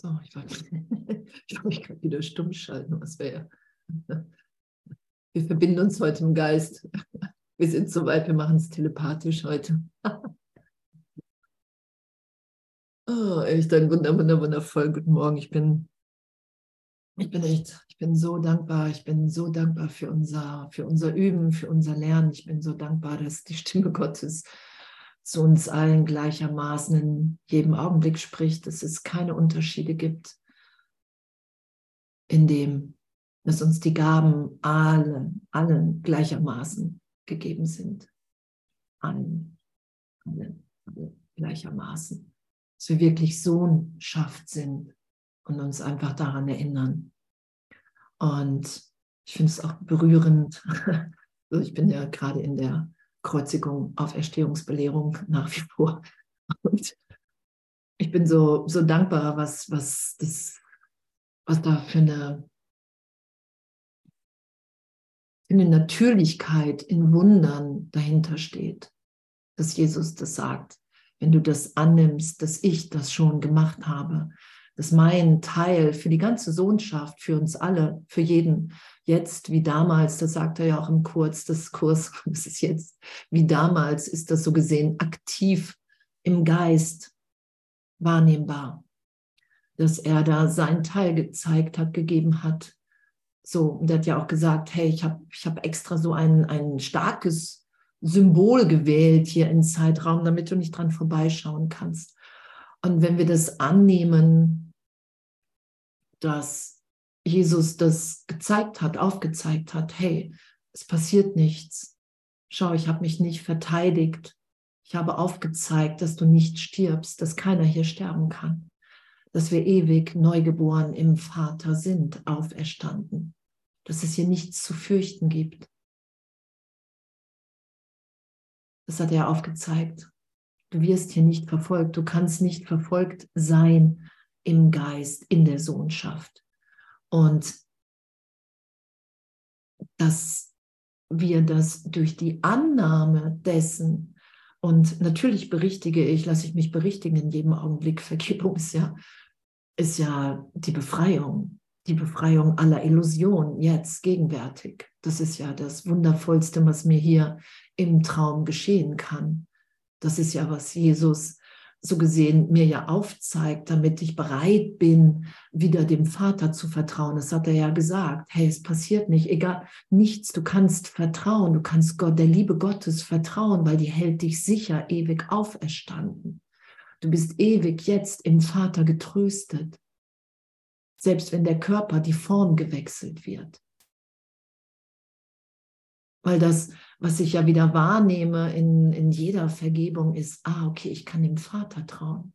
So, ich wollte mich gerade wieder stumm schalten, was wäre. Wir verbinden uns heute im Geist. Wir sind soweit, wir machen es telepathisch heute. Oh, echt ein wundervoll guten Morgen. Ich bin so dankbar. Ich bin so dankbar für unser Üben, für unser Lernen. Ich bin so dankbar, dass die Stimme Gottes zu uns allen gleichermaßen in jedem Augenblick spricht, dass es keine Unterschiede gibt, in dem, dass uns die Gaben allen gleichermaßen gegeben sind. Allen gleichermaßen. Dass wir wirklich Sohnschaft sind und uns einfach daran erinnern. Und ich finde es auch berührend. Also ich bin ja gerade in der Kreuzigung, Auferstehungsbelehrung nach wie vor. Und ich bin so dankbar, was da für eine Natürlichkeit in Wundern dahinter steht, dass Jesus das sagt. Wenn du das annimmst, dass ich das schon gemacht habe, dass mein Teil für die ganze Sohnschaft, für uns alle, für jeden, jetzt wie damals, das sagt er ja auch im Kurs, das ist jetzt wie damals, ist das so gesehen aktiv im Geist wahrnehmbar, dass er da seinen Teil gezeigt hat, gegeben hat. So, und er hat ja auch gesagt, hey, ich hab extra so ein starkes Symbol gewählt hier im Zeitraum, damit du nicht dran vorbeischauen kannst. Und wenn wir das annehmen, dass Jesus das gezeigt hat, aufgezeigt hat, hey, es passiert nichts. Schau, ich habe mich nicht verteidigt. Ich habe aufgezeigt, dass du nicht stirbst, dass keiner hier sterben kann. Dass wir ewig neugeboren im Vater sind, auferstanden. Dass es hier nichts zu fürchten gibt. Das hat er aufgezeigt. Du wirst hier nicht verfolgt. Du kannst nicht verfolgt sein im Geist, in der Sohnschaft. Und dass wir das durch die Annahme dessen, und natürlich lasse ich mich berichtigen in jedem Augenblick. Vergebung ist ja die Befreiung aller Illusion, jetzt, gegenwärtig. Das ist ja das Wundervollste, was mir hier im Traum geschehen kann. Das ist ja, was Jesus so gesehen mir ja aufzeigt, damit ich bereit bin, wieder dem Vater zu vertrauen. Das hat er ja gesagt. Hey, es passiert nicht, egal, nichts. Du kannst vertrauen, du kannst Gott, der Liebe Gottes vertrauen, weil die hält dich sicher ewig auferstanden. Du bist ewig jetzt im Vater getröstet. Selbst wenn der Körper, die Form gewechselt wird. Weil das, was ich ja wieder wahrnehme in jeder Vergebung ist, okay, ich kann dem Vater trauen.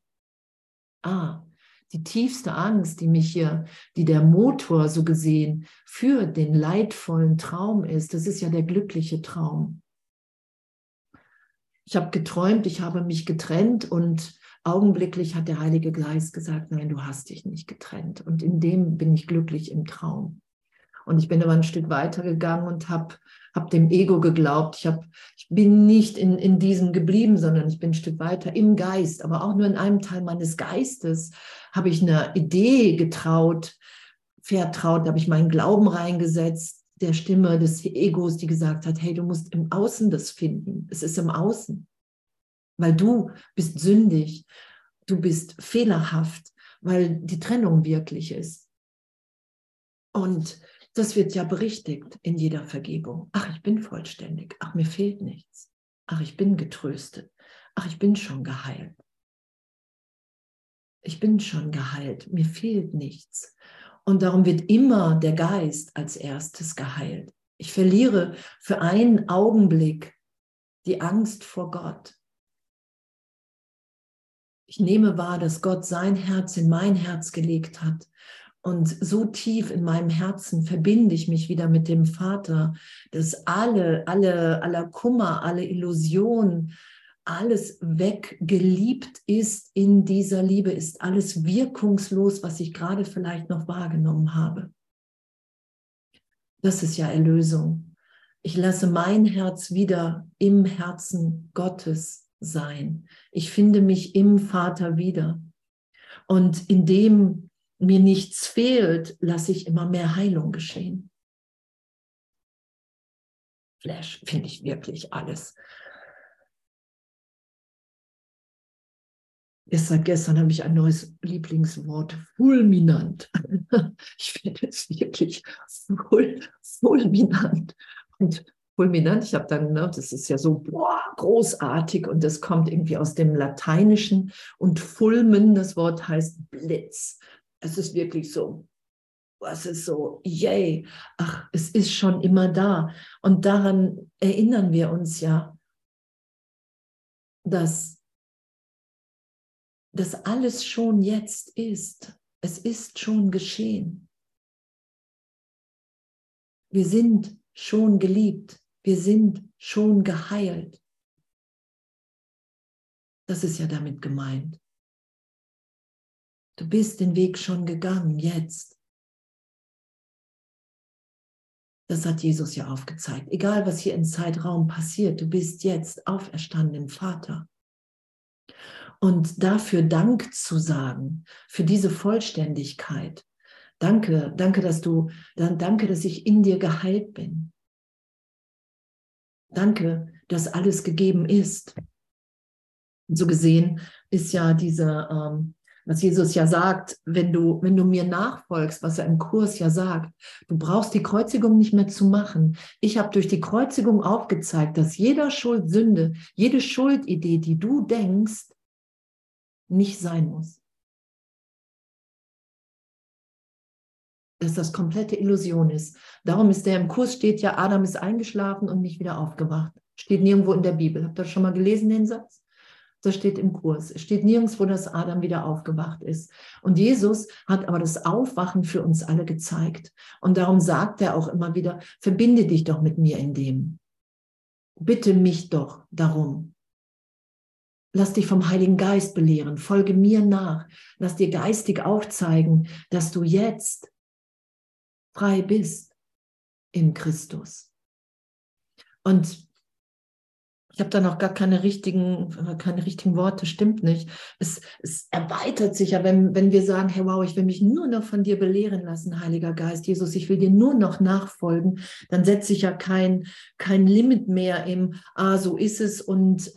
Die tiefste Angst, die der Motor so gesehen für den leidvollen Traum ist, das ist ja der glückliche Traum. Ich habe geträumt, ich habe mich getrennt und augenblicklich hat der Heilige Geist gesagt, nein, du hast dich nicht getrennt. Und in dem bin ich glücklich im Traum. Und ich bin aber ein Stück weiter gegangen und habe dem Ego geglaubt. Ich bin nicht in diesem geblieben, sondern ich bin ein Stück weiter im Geist. Aber auch nur in einem Teil meines Geistes habe ich einer Idee vertraut, da habe ich meinen Glauben reingesetzt, der Stimme des Egos, die gesagt hat, hey, du musst im Außen das finden. Es ist im Außen. Weil du bist sündig, du bist fehlerhaft, weil die Trennung wirklich ist. Und das wird ja berichtigt in jeder Vergebung. Ach, ich bin vollständig. Ach, mir fehlt nichts. Ach, ich bin getröstet. Ach, ich bin schon geheilt. Ich bin schon geheilt. Mir fehlt nichts. Und darum wird immer der Geist als erstes geheilt. Ich verliere für einen Augenblick die Angst vor Gott. Ich nehme wahr, dass Gott sein Herz in mein Herz gelegt hat. Und so tief in meinem Herzen verbinde ich mich wieder mit dem Vater, dass aller Kummer, alle Illusion, alles weggeliebt ist in dieser Liebe, ist alles wirkungslos, was ich gerade vielleicht noch wahrgenommen habe. Das ist ja Erlösung. Ich lasse mein Herz wieder im Herzen Gottes sein. Ich finde mich im Vater wieder. Und in dem mir nichts fehlt, lasse ich immer mehr Heilung geschehen. Flash, finde ich wirklich alles. Gestern habe ich ein neues Lieblingswort, fulminant. Ich finde es wirklich fulminant. Und fulminant, ich habe dann, ne, das ist ja so boah, großartig und das kommt irgendwie aus dem Lateinischen. Und fulmen, das Wort heißt Blitz. Es ist wirklich so, es ist so, yay, ach, es ist schon immer da. Und daran erinnern wir uns ja, dass das alles schon jetzt ist. Es ist schon geschehen. Wir sind schon geliebt. Wir sind schon geheilt. Das ist ja damit gemeint. Du bist den Weg schon gegangen, jetzt. Das hat Jesus ja aufgezeigt. Egal, was hier im Zeitraum passiert, du bist jetzt auferstanden im Vater. Und dafür Dank zu sagen, für diese Vollständigkeit. Danke, danke, dass ich in dir geheilt bin. Danke, dass alles gegeben ist. Und so gesehen ist ja was Jesus ja sagt, wenn du mir nachfolgst, was er im Kurs ja sagt, du brauchst die Kreuzigung nicht mehr zu machen. Ich habe durch die Kreuzigung aufgezeigt, dass jede Schuldsünde, jede Schuldidee, die du denkst, nicht sein muss. Dass das komplette Illusion ist. Darum ist im Kurs steht ja, Adam ist eingeschlafen und nicht wieder aufgewacht. Steht nirgendwo in der Bibel. Habt ihr das schon mal gelesen, den Satz? Das steht im Kurs. Es steht nirgendwo, dass Adam wieder aufgewacht ist. Und Jesus hat aber das Aufwachen für uns alle gezeigt. Und darum sagt er auch immer wieder, verbinde dich doch mit mir in dem. Bitte mich doch darum. Lass dich vom Heiligen Geist belehren. Folge mir nach. Lass dir geistig aufzeigen, dass du jetzt frei bist in Christus. Und ich habe da noch gar keine richtigen Worte, stimmt nicht. Es erweitert sich ja, wenn wir sagen, hey, wow, ich will mich nur noch von dir belehren lassen, Heiliger Geist, Jesus, ich will dir nur noch nachfolgen, dann setze ich ja kein Limit mehr im, so ist es und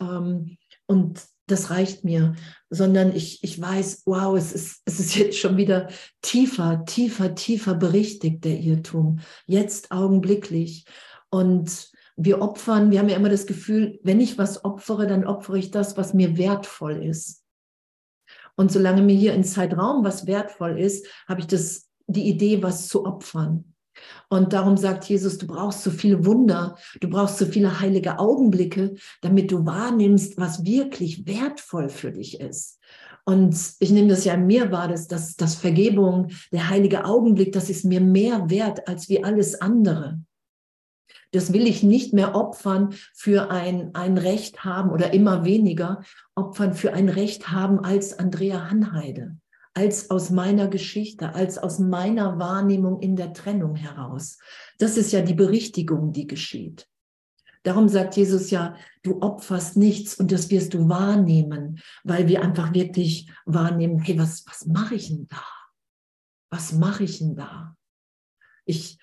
das reicht mir, sondern ich weiß, wow, es ist jetzt schon wieder tiefer berichtigt, der Irrtum, jetzt augenblicklich. Und wir haben ja immer das Gefühl, wenn ich was opfere, dann opfere ich das, was mir wertvoll ist. Und solange mir hier im Zeitraum was wertvoll ist, habe ich die Idee, was zu opfern. Und darum sagt Jesus, du brauchst so viele Wunder, du brauchst so viele heilige Augenblicke, damit du wahrnimmst, was wirklich wertvoll für dich ist. Und ich nehme das ja in mir wahr, dass Vergebung, der heilige Augenblick, das ist mir mehr wert als wie alles andere. Das will ich nicht mehr opfern für ein Recht haben oder immer weniger opfern für ein Recht haben als Andrea Hanheide, als aus meiner Geschichte, als aus meiner Wahrnehmung in der Trennung heraus. Das ist ja die Berichtigung, die geschieht. Darum sagt Jesus ja, du opferst nichts und das wirst du wahrnehmen, weil wir einfach wirklich wahrnehmen, hey, was mache ich denn da? Was mache ich denn da? Ich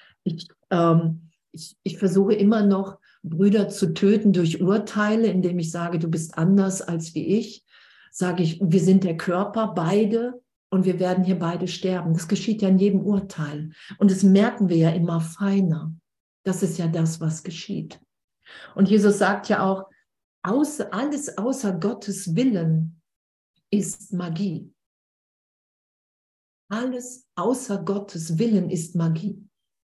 versuche immer noch, Brüder zu töten durch Urteile, indem ich sage, du bist anders als wie ich. Sage ich, wir sind der Körper, beide, und wir werden hier beide sterben. Das geschieht ja in jedem Urteil. Und das merken wir ja immer feiner. Das ist ja das, was geschieht. Und Jesus sagt ja auch, alles außer Gottes Willen ist Magie. Alles außer Gottes Willen ist Magie.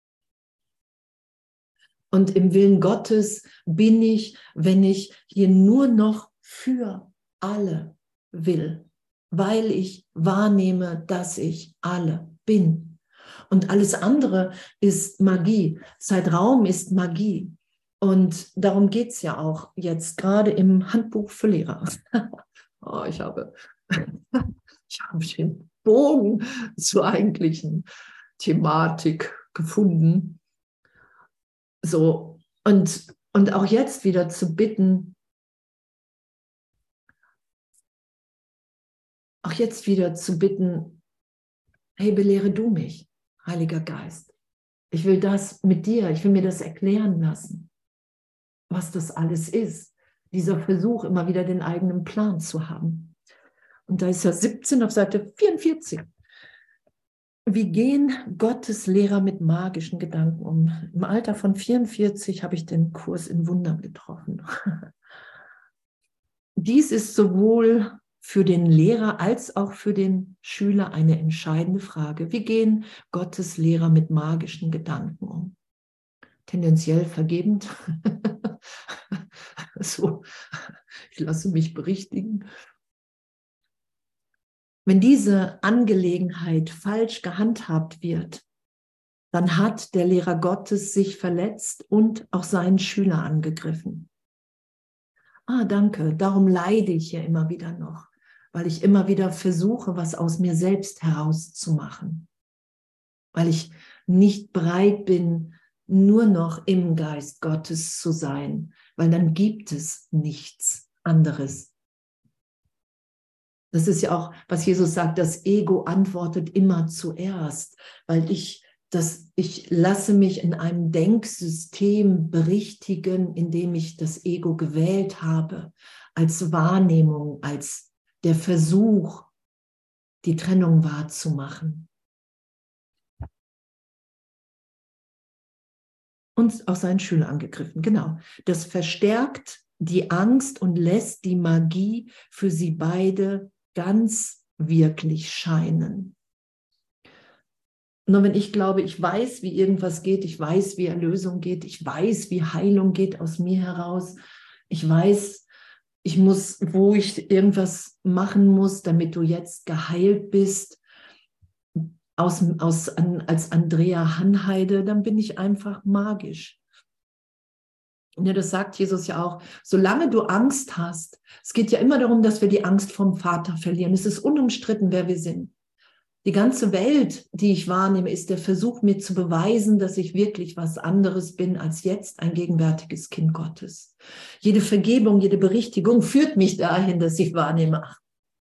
Und im Willen Gottes bin ich, wenn ich hier nur noch für alle will, weil ich wahrnehme, dass ich alle bin. Und alles andere ist Magie. Zeitraum ist Magie. Und darum geht es ja auch jetzt gerade im Handbuch für Lehrer. Ich habe den Bogen zur eigentlichen Thematik gefunden. So, und auch jetzt wieder zu bitten, hey, belehre du mich, Heiliger Geist. Ich will das mit dir, ich will mir das erklären lassen, was das alles ist. Dieser Versuch, immer wieder den eigenen Plan zu haben. Und da ist ja 17 auf Seite 44. Wie gehen Gottes Lehrer mit magischen Gedanken um? Im Alter von 44 habe ich den Kurs in Wundern getroffen. Dies ist sowohl für den Lehrer als auch für den Schüler eine entscheidende Frage. Wie gehen Gottes Lehrer mit magischen Gedanken um? Tendenziell vergebend. So, ich lasse mich berichtigen. Wenn diese Angelegenheit falsch gehandhabt wird, dann hat der Lehrer Gottes sich verletzt und auch seinen Schüler angegriffen. Danke, darum leide ich ja immer wieder noch, weil ich immer wieder versuche, was aus mir selbst herauszumachen, weil ich nicht bereit bin, nur noch im Geist Gottes zu sein, weil dann gibt es nichts anderes. Das ist ja auch, was Jesus sagt, das Ego antwortet immer zuerst, weil ich lasse mich in einem Denksystem berichtigen, in dem ich das Ego gewählt habe, als Wahrnehmung, als der Versuch, die Trennung wahrzumachen. Und auch seinen Schüler angegriffen, genau. Das verstärkt die Angst und lässt die Magie für sie beide ganz wirklich scheinen. Nur wenn ich glaube, ich weiß, wie irgendwas geht, ich weiß, wie Erlösung geht, ich weiß, wie Heilung geht aus mir heraus, ich weiß, ich muss, wo ich irgendwas machen muss, damit du jetzt geheilt bist, als Andrea Hanheide, dann bin ich einfach magisch. Ja, das sagt Jesus ja auch, solange du Angst hast, es geht ja immer darum, dass wir die Angst vom Vater verlieren. Es ist unumstritten, wer wir sind. Die ganze Welt, die ich wahrnehme, ist der Versuch, mir zu beweisen, dass ich wirklich was anderes bin als jetzt ein gegenwärtiges Kind Gottes. Jede Vergebung, jede Berichtigung führt mich dahin, dass ich wahrnehme, ach,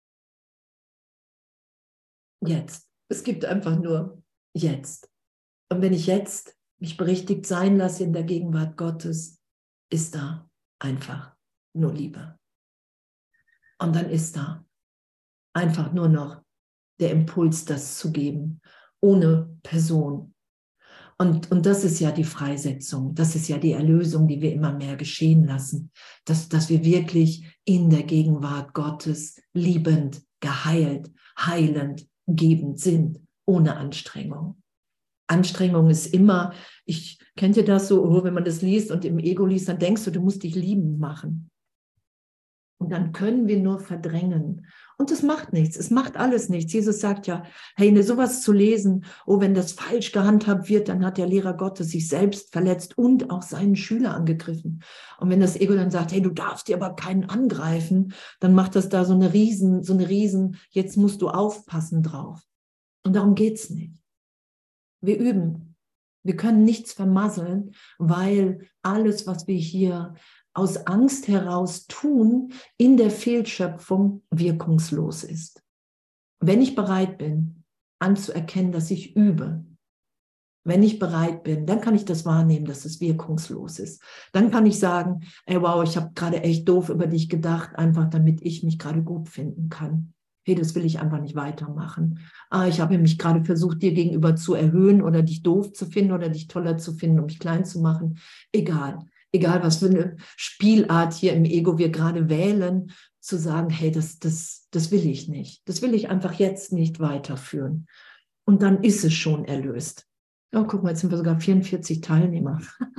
jetzt. Es gibt einfach nur jetzt. Und wenn ich jetzt mich berichtigt sein lasse in der Gegenwart Gottes, ist da einfach nur Liebe. Und dann ist da einfach nur noch der Impuls, das zu geben, ohne Person. Und das ist ja die Freisetzung, das ist ja die Erlösung, die wir immer mehr geschehen lassen, dass wir wirklich in der Gegenwart Gottes liebend, geheilt, heilend, gebend sind, ohne Anstrengung. Anstrengung ist immer, kennt ihr das so, wenn man das liest und im Ego liest, dann denkst du musst dich lieben machen. Und dann können wir nur verdrängen. Und das macht nichts, es macht alles nichts. Jesus sagt ja, hey, sowas zu lesen, wenn das falsch gehandhabt wird, dann hat der Lehrer Gottes sich selbst verletzt und auch seinen Schüler angegriffen. Und wenn das Ego dann sagt, hey, du darfst dir aber keinen angreifen, dann macht das da so eine riesen, jetzt musst du aufpassen drauf. Und darum geht es nicht. Wir üben. Wir können nichts vermasseln, weil alles, was wir hier aus Angst heraus tun, in der Fehlschöpfung wirkungslos ist. Wenn ich bereit bin, anzuerkennen, dass ich übe, wenn ich bereit bin, dann kann ich das wahrnehmen, dass es wirkungslos ist. Dann kann ich sagen, ey, wow, ich habe gerade echt doof über dich gedacht, einfach damit ich mich gerade gut finden kann. Hey, das will ich einfach nicht weitermachen. Ich habe mich gerade versucht, dir gegenüber zu erhöhen oder dich doof zu finden oder dich toller zu finden, um mich klein zu machen. Egal, was für eine Spielart hier im Ego wir gerade wählen, zu sagen, hey, das will ich nicht. Das will ich einfach jetzt nicht weiterführen. Und dann ist es schon erlöst. Oh, guck mal, jetzt sind wir sogar 44 Teilnehmer.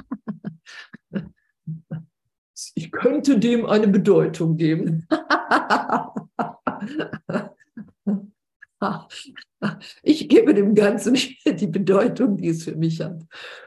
Ich könnte dem eine Bedeutung geben. Ich gebe dem Ganzen die Bedeutung, die es für mich hat.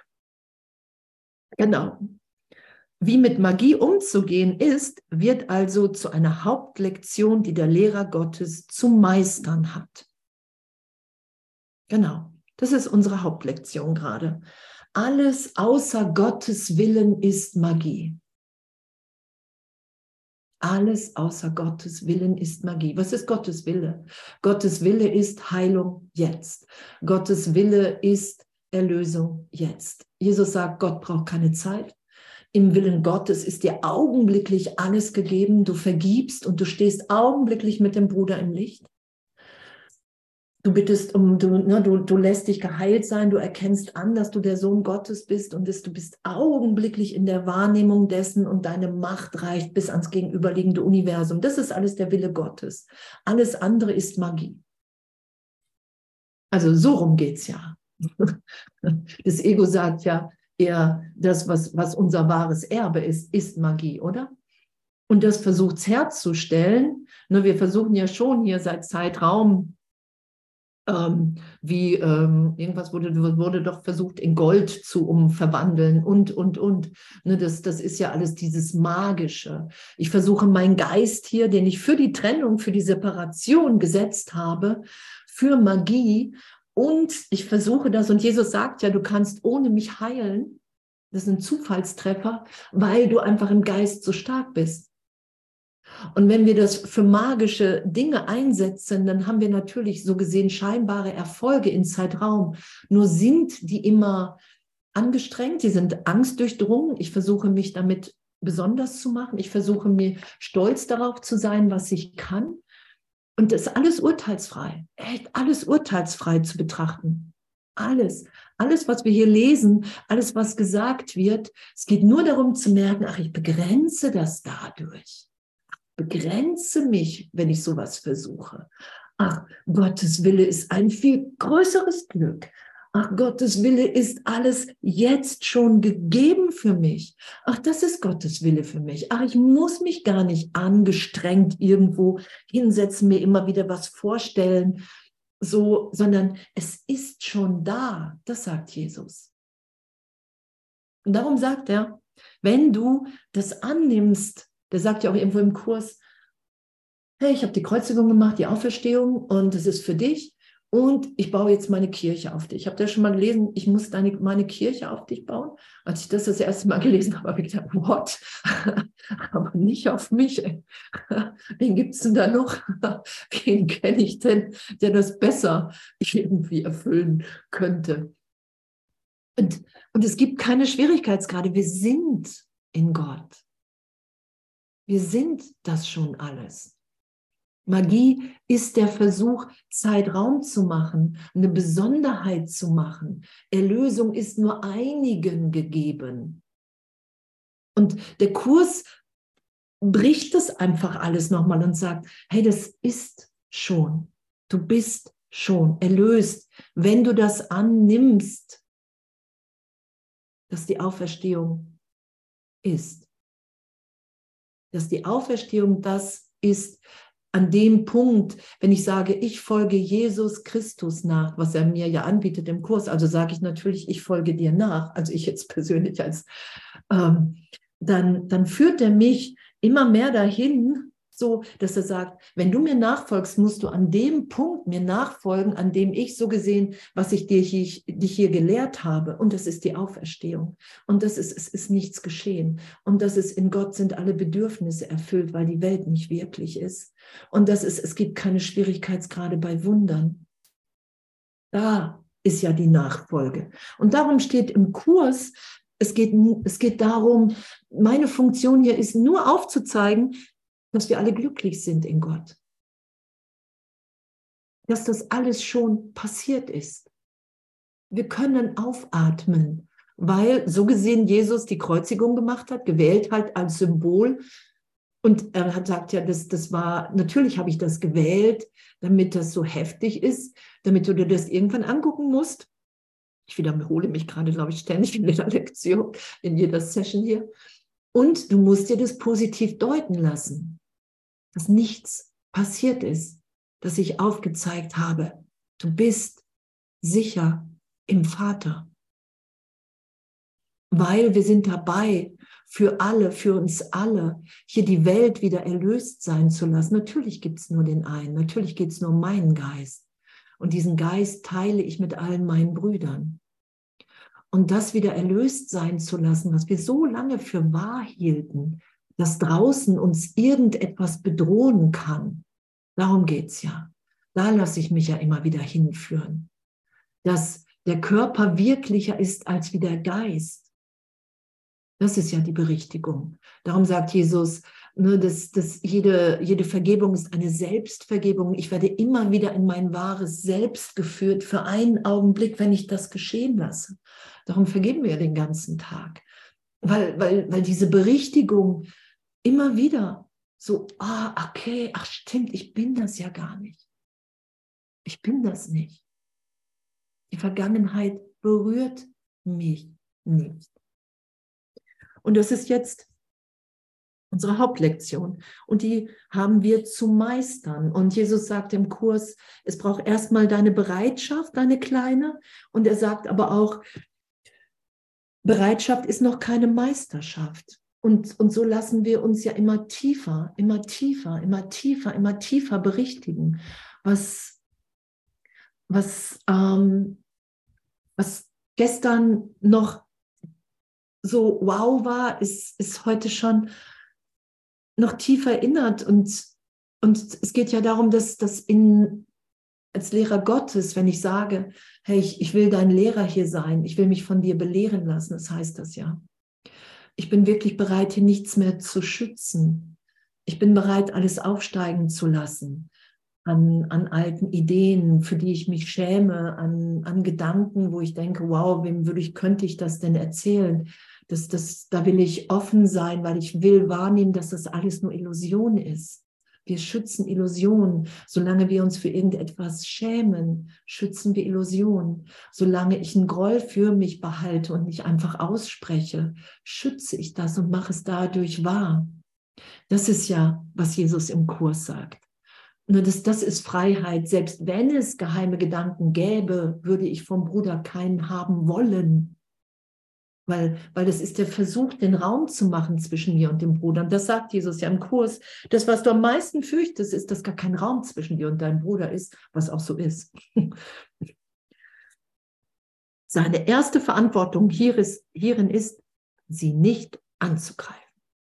Genau. Wie mit Magie umzugehen ist, wird also zu einer Hauptlektion, die der Lehrer Gottes zu meistern hat. Genau, das ist unsere Hauptlektion gerade. Alles außer Gottes Willen ist Magie. Alles außer Gottes Willen ist Magie. Was ist Gottes Wille? Gottes Wille ist Heilung jetzt. Gottes Wille ist Erlösung jetzt. Jesus sagt, Gott braucht keine Zeit. Im Willen Gottes ist dir augenblicklich alles gegeben. Du vergibst und du stehst augenblicklich mit dem Bruder im Licht. Du bittest du lässt dich geheilt sein, du erkennst an, dass du der Sohn Gottes bist und du bist augenblicklich in der Wahrnehmung dessen und deine Macht reicht bis ans gegenüberliegende Universum. Das ist alles der Wille Gottes. Alles andere ist Magie. Also so rum geht es ja. Das Ego sagt ja eher, das, was unser wahres Erbe ist Magie, oder? Und das versucht es herzustellen. Wir versuchen ja schon hier seit Zeitraum, irgendwas wurde doch versucht, in Gold zu verwandeln und. Das ist ja alles dieses Magische. Ich versuche meinen Geist hier, den ich für die Trennung, für die Separation gesetzt habe, für Magie, und ich versuche das, und Jesus sagt ja, du kannst ohne mich heilen. Das ist ein Zufallstreffer, weil du einfach im Geist so stark bist. Und wenn wir das für magische Dinge einsetzen, dann haben wir natürlich so gesehen scheinbare Erfolge in Zeitraum. Nur sind die immer angestrengt, die sind angstdurchdrungen. Ich versuche mich damit besonders zu machen. Ich versuche mir stolz darauf zu sein, was ich kann. Und das ist alles urteilsfrei, echt alles urteilsfrei zu betrachten. Alles, was wir hier lesen, alles, was gesagt wird, es geht nur darum zu merken, ach, ich begrenze das dadurch. Begrenze mich, wenn ich sowas versuche. Ach, Gottes Wille ist ein viel größeres Glück. Ach, Gottes Wille ist alles jetzt schon gegeben für mich. Ach, das ist Gottes Wille für mich. Ach, ich muss mich gar nicht angestrengt irgendwo hinsetzen, mir immer wieder was vorstellen, so, sondern es ist schon da. Das sagt Jesus. Und darum sagt er, wenn du das annimmst, der sagt ja auch irgendwo im Kurs, hey, ich habe die Kreuzigung gemacht, die Auferstehung, und das ist für dich, und ich baue jetzt meine Kirche auf dich. Ich habe da schon mal gelesen, ich muss meine Kirche auf dich bauen. Als ich das erste Mal gelesen habe, habe ich gedacht, what? Aber nicht auf mich. Wen gibt es denn da noch? Wen kenne ich denn, der das besser irgendwie erfüllen könnte? Und es gibt keine Schwierigkeitsgrade. Wir sind in Gott. Wir sind das schon alles. Magie ist der Versuch, Zeitraum zu machen, eine Besonderheit zu machen. Erlösung ist nur einigen gegeben. Und der Kurs bricht das einfach alles nochmal und sagt, hey, das ist schon. Du bist schon erlöst, wenn du das annimmst, dass die Auferstehung ist. Dass die Auferstehung das ist, an dem Punkt, wenn ich sage, ich folge Jesus Christus nach, was er mir ja anbietet im Kurs, also sage ich natürlich, ich folge dir nach, also ich jetzt persönlich dann führt er mich immer mehr dahin, so, dass er sagt, wenn du mir nachfolgst, musst du an dem Punkt mir nachfolgen, an dem ich so gesehen, was ich dich hier gelehrt habe. Und das ist die Auferstehung. Und es ist nichts geschehen. Und das ist, in Gott sind alle Bedürfnisse erfüllt, weil die Welt nicht wirklich ist. Und es gibt keine Schwierigkeitsgrade bei Wundern. Da ist ja die Nachfolge. Und darum steht im Kurs, es geht darum, meine Funktion hier ist nur aufzuzeigen, dass wir alle glücklich sind in Gott. Dass das alles schon passiert ist. Wir können aufatmen, weil so gesehen Jesus die Kreuzigung gemacht hat, gewählt hat als Symbol. Und er hat gesagt, ja, das war, natürlich habe ich das gewählt, damit das so heftig ist, damit du dir das irgendwann angucken musst. Ich wiederhole mich gerade, glaube ich, ständig in jeder Lektion, in jeder Session hier. Und du musst dir das positiv deuten lassen, dass nichts passiert ist, dass ich aufgezeigt habe. Du bist sicher im Vater. Weil wir sind dabei, für alle, für uns alle, hier die Welt wieder erlöst sein zu lassen. Natürlich gibt es nur den einen, natürlich geht es nur um meinen Geist. Und diesen Geist teile ich mit allen meinen Brüdern. Und das wieder erlöst sein zu lassen, was wir so lange für wahr hielten, dass draußen uns irgendetwas bedrohen kann. Darum geht es ja. Da lasse ich mich ja immer wieder hinführen. Dass der Körper wirklicher ist als wie der Geist. Das ist ja die Berichtigung. Darum sagt Jesus, ne, dass jede Vergebung ist eine Selbstvergebung. Ich werde immer wieder in mein wahres Selbst geführt für einen Augenblick, wenn ich das geschehen lasse. Darum vergeben wir den ganzen Tag. Weil diese Berichtigung immer wieder so, okay, ach stimmt, ich bin das ja gar nicht. Ich bin das nicht. Die Vergangenheit berührt mich nicht. Und das ist jetzt unsere Hauptlektion. Und die haben wir zu meistern. Und Jesus sagt im Kurs, es braucht erstmal deine Bereitschaft, deine Kleine. Und er sagt aber auch, Bereitschaft ist noch keine Meisterschaft. Und so lassen wir uns ja immer tiefer, immer tiefer, immer tiefer, immer tiefer berichtigen, was gestern noch so wow war, ist heute schon noch tiefer erinnert. Und es geht ja darum, dass als Lehrer Gottes, wenn ich sage, hey, ich will dein Lehrer hier sein, ich will mich von dir belehren lassen, das heißt das ja. Ich bin wirklich bereit, hier nichts mehr zu schützen. Ich bin bereit, alles aufsteigen zu lassen an alten Ideen, für die ich mich schäme, an Gedanken, wo ich denke, wow, könnte ich das denn erzählen? Da will ich offen sein, weil ich will wahrnehmen, dass das alles nur Illusion ist. Wir schützen Illusionen. Solange wir uns für irgendetwas schämen, schützen wir Illusionen. Solange ich einen Groll für mich behalte und nicht einfach ausspreche, schütze ich das und mache es dadurch wahr. Das ist ja, was Jesus im Kurs sagt. Nur das ist Freiheit. Selbst wenn es geheime Gedanken gäbe, würde ich vom Bruder keinen haben wollen. Weil das ist der Versuch, den Raum zu machen zwischen mir und dem Bruder. Und das sagt Jesus ja im Kurs. Das, was du am meisten fürchtest, ist, dass gar kein Raum zwischen dir und deinem Bruder ist, was auch so ist. Seine erste Verantwortung hierin ist, sie nicht anzugreifen.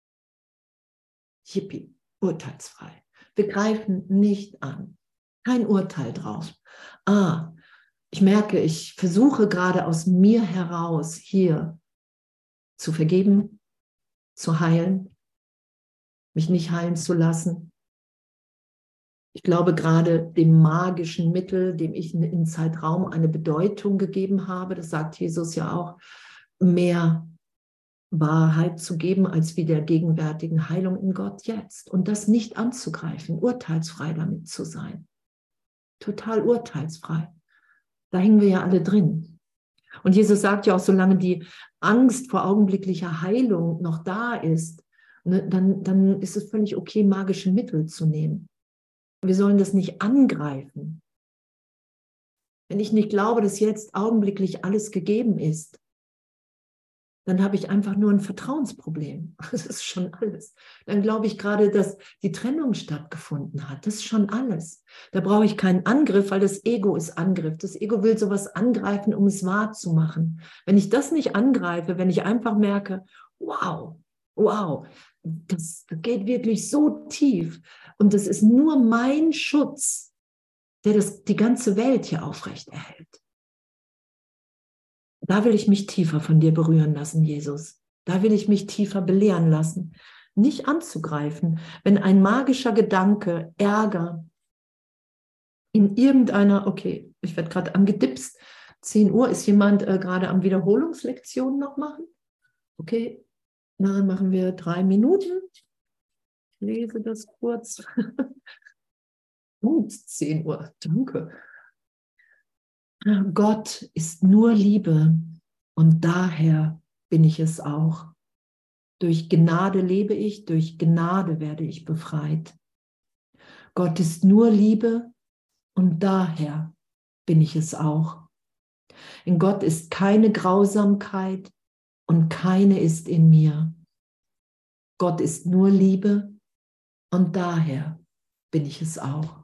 Yippie, urteilsfrei. Wir greifen nicht an. Kein Urteil drauf. Ich merke, ich versuche gerade aus mir heraus hier zu vergeben, zu heilen, mich nicht heilen zu lassen. Ich glaube gerade dem magischen Mittel, dem ich in Zeitraum eine Bedeutung gegeben habe, das sagt Jesus ja auch, mehr Wahrheit zu geben als wie der gegenwärtigen Heilung in Gott jetzt. Und das nicht anzugreifen, urteilsfrei damit zu sein. Total urteilsfrei. Da hängen wir ja alle drin. Und Jesus sagt ja auch, solange die Angst vor augenblicklicher Heilung noch da ist, ne, dann ist es völlig okay, magische Mittel zu nehmen. Wir sollen das nicht angreifen. Wenn ich nicht glaube, dass jetzt augenblicklich alles gegeben ist, dann habe ich einfach nur ein Vertrauensproblem. Das ist schon alles. Dann glaube ich gerade, dass die Trennung stattgefunden hat. Das ist schon alles. Da brauche ich keinen Angriff, weil das Ego ist Angriff. Das Ego will sowas angreifen, um es wahrzumachen. Wenn ich das nicht angreife, wenn ich einfach merke, wow, das geht wirklich so tief. Und das ist nur mein Schutz, der die ganze Welt hier aufrecht erhält. Da will ich mich tiefer von dir berühren lassen, Jesus. Da will ich mich tiefer belehren lassen. Nicht anzugreifen, wenn ein magischer Gedanke, Ärger in irgendeiner, okay, ich werde gerade angedipst, 10 Uhr, ist jemand gerade am Wiederholungslektionen noch machen? Okay, dann machen wir 3 Minuten. Ich lese das kurz. Gut, 10 Uhr, danke. Gott ist nur Liebe und daher bin ich es auch. Durch Gnade lebe ich, durch Gnade werde ich befreit. Gott ist nur Liebe und daher bin ich es auch. In Gott ist keine Grausamkeit und keine ist in mir. Gott ist nur Liebe und daher bin ich es auch.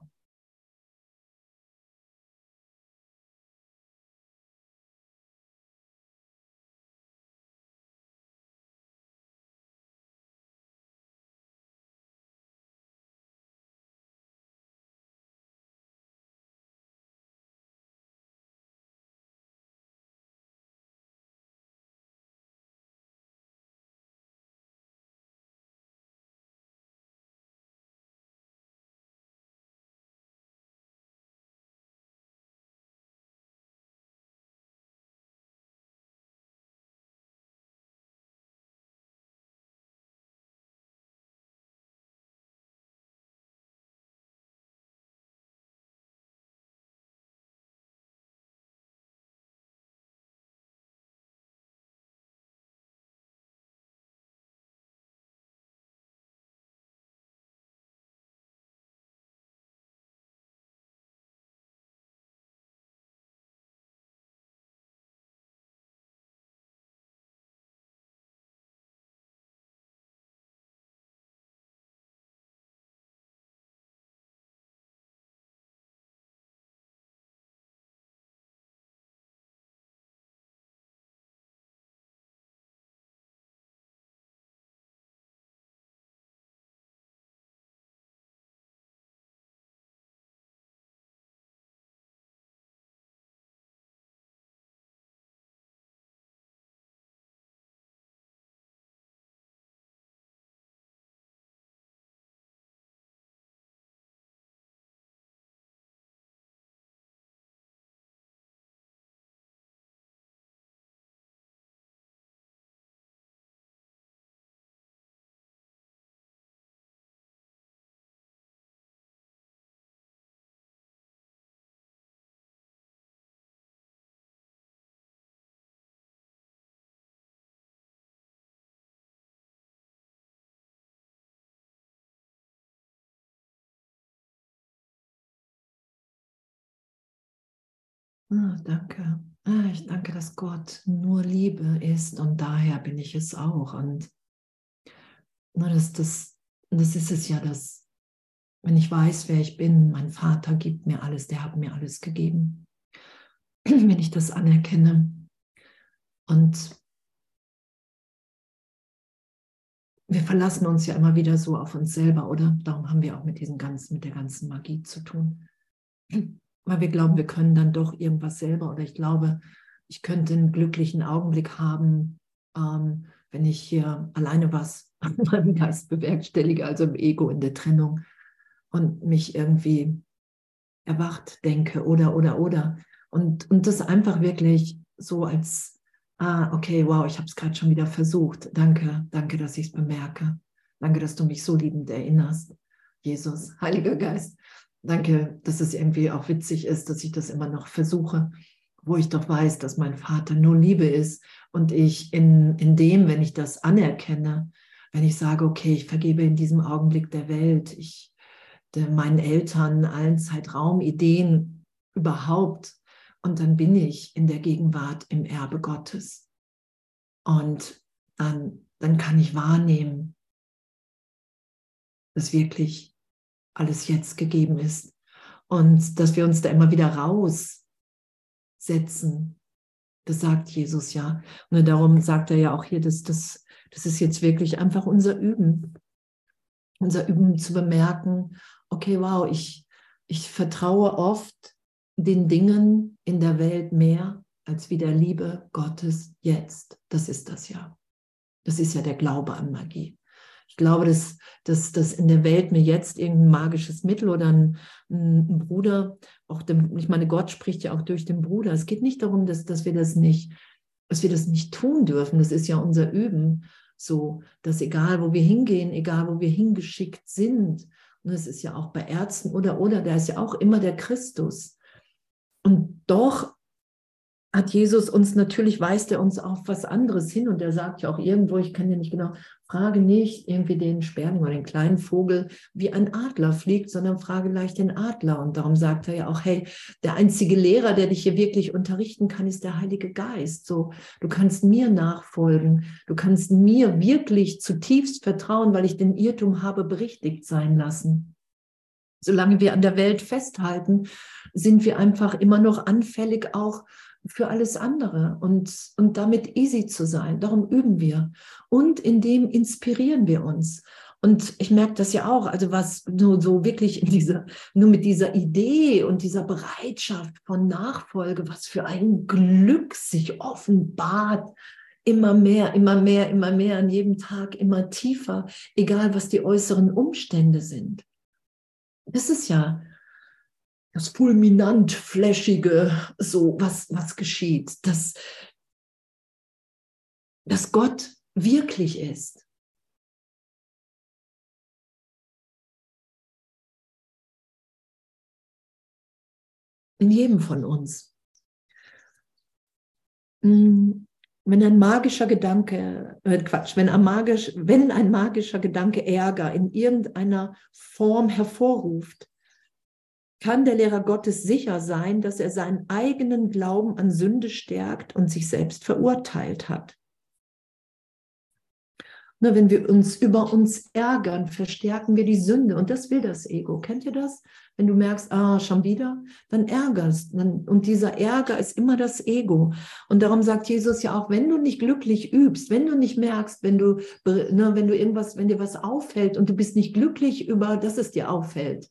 Danke. Ich danke, dass Gott nur Liebe ist und daher bin ich es auch. Und das ist es ja, dass, wenn ich weiß, wer ich bin, mein Vater gibt mir alles, der hat mir alles gegeben. Wenn ich das anerkenne. Und wir verlassen uns ja immer wieder so auf uns selber, oder? Darum haben wir auch mit der ganzen Magie zu tun. Weil wir glauben, wir können dann doch irgendwas selber. Oder ich glaube, ich könnte einen glücklichen Augenblick haben, wenn ich hier alleine was an meinem Geist bewerkstellige, also im Ego, in der Trennung und mich irgendwie erwacht denke oder. Und das einfach wirklich so als, okay, wow, ich habe es gerade schon wieder versucht. Danke, dass ich es bemerke. Danke, dass du mich so liebend erinnerst. Jesus, Heiliger Geist, danke, dass es irgendwie auch witzig ist, dass ich das immer noch versuche, wo ich doch weiß, dass mein Vater nur Liebe ist und ich in dem, wenn ich das anerkenne, wenn ich sage, okay, ich vergebe in diesem Augenblick der Welt, meinen Eltern, allen Zeitraumideen überhaupt. Und dann bin ich in der Gegenwart im Erbe Gottes. Und dann kann ich wahrnehmen, dass wirklich alles jetzt gegeben ist. Und dass wir uns da immer wieder raussetzen. Das sagt Jesus ja. Und darum sagt er ja auch hier, das ist jetzt wirklich einfach unser Üben. Unser Üben zu bemerken, okay, wow, ich vertraue oft den Dingen in der Welt mehr als wie der Liebe Gottes jetzt. Das ist das ja. Das ist ja der Glaube an Magie. Ich glaube, dass in der Welt mir jetzt irgendein magisches Mittel oder ein Bruder, ich meine, Gott spricht ja auch durch den Bruder. Es geht nicht darum, dass wir das nicht tun dürfen. Das ist ja unser Üben. So, dass egal, wo wir hingehen, egal, wo wir hingeschickt sind, und es ist ja auch bei Ärzten oder, da ist ja auch immer der Christus. Und doch hat Jesus uns, natürlich weist er uns auf was anderes hin und er sagt ja auch irgendwo, ich kann ja nicht genau, frage nicht irgendwie den Sperling oder den kleinen Vogel, wie ein Adler fliegt, sondern frage gleich den Adler. Und darum sagt er ja auch, hey, der einzige Lehrer, der dich hier wirklich unterrichten kann, ist der Heilige Geist. So, du kannst mir nachfolgen, du kannst mir wirklich zutiefst vertrauen, weil ich den Irrtum habe berichtigt sein lassen. Solange wir an der Welt festhalten, sind wir einfach immer noch anfällig auch für alles andere und damit easy zu sein. Darum üben wir. Und in dem inspirieren wir uns. Und ich merke das ja auch, also was nur so wirklich nur mit dieser Idee und dieser Bereitschaft von Nachfolge, was für ein Glück sich offenbart, immer mehr, an jedem Tag immer tiefer, egal was die äußeren Umstände sind. Das ist ja das fulminant Flashige, so was geschieht, dass Gott wirklich ist. In jedem von uns. Wenn ein magischer Gedanke, wenn ein magischer Gedanke Ärger in irgendeiner Form hervorruft, kann der Lehrer Gottes sicher sein, dass er seinen eigenen Glauben an Sünde stärkt und sich selbst verurteilt hat. Nur wenn wir uns über uns ärgern, verstärken wir die Sünde und das will das Ego. Kennt ihr das? Wenn du merkst, schon wieder, dann ärgerst. Und dieser Ärger ist immer das Ego. Und darum sagt Jesus ja auch, wenn du nicht glücklich übst, wenn du nicht merkst, wenn dir was auffällt und du bist nicht glücklich über, dass es dir auffällt,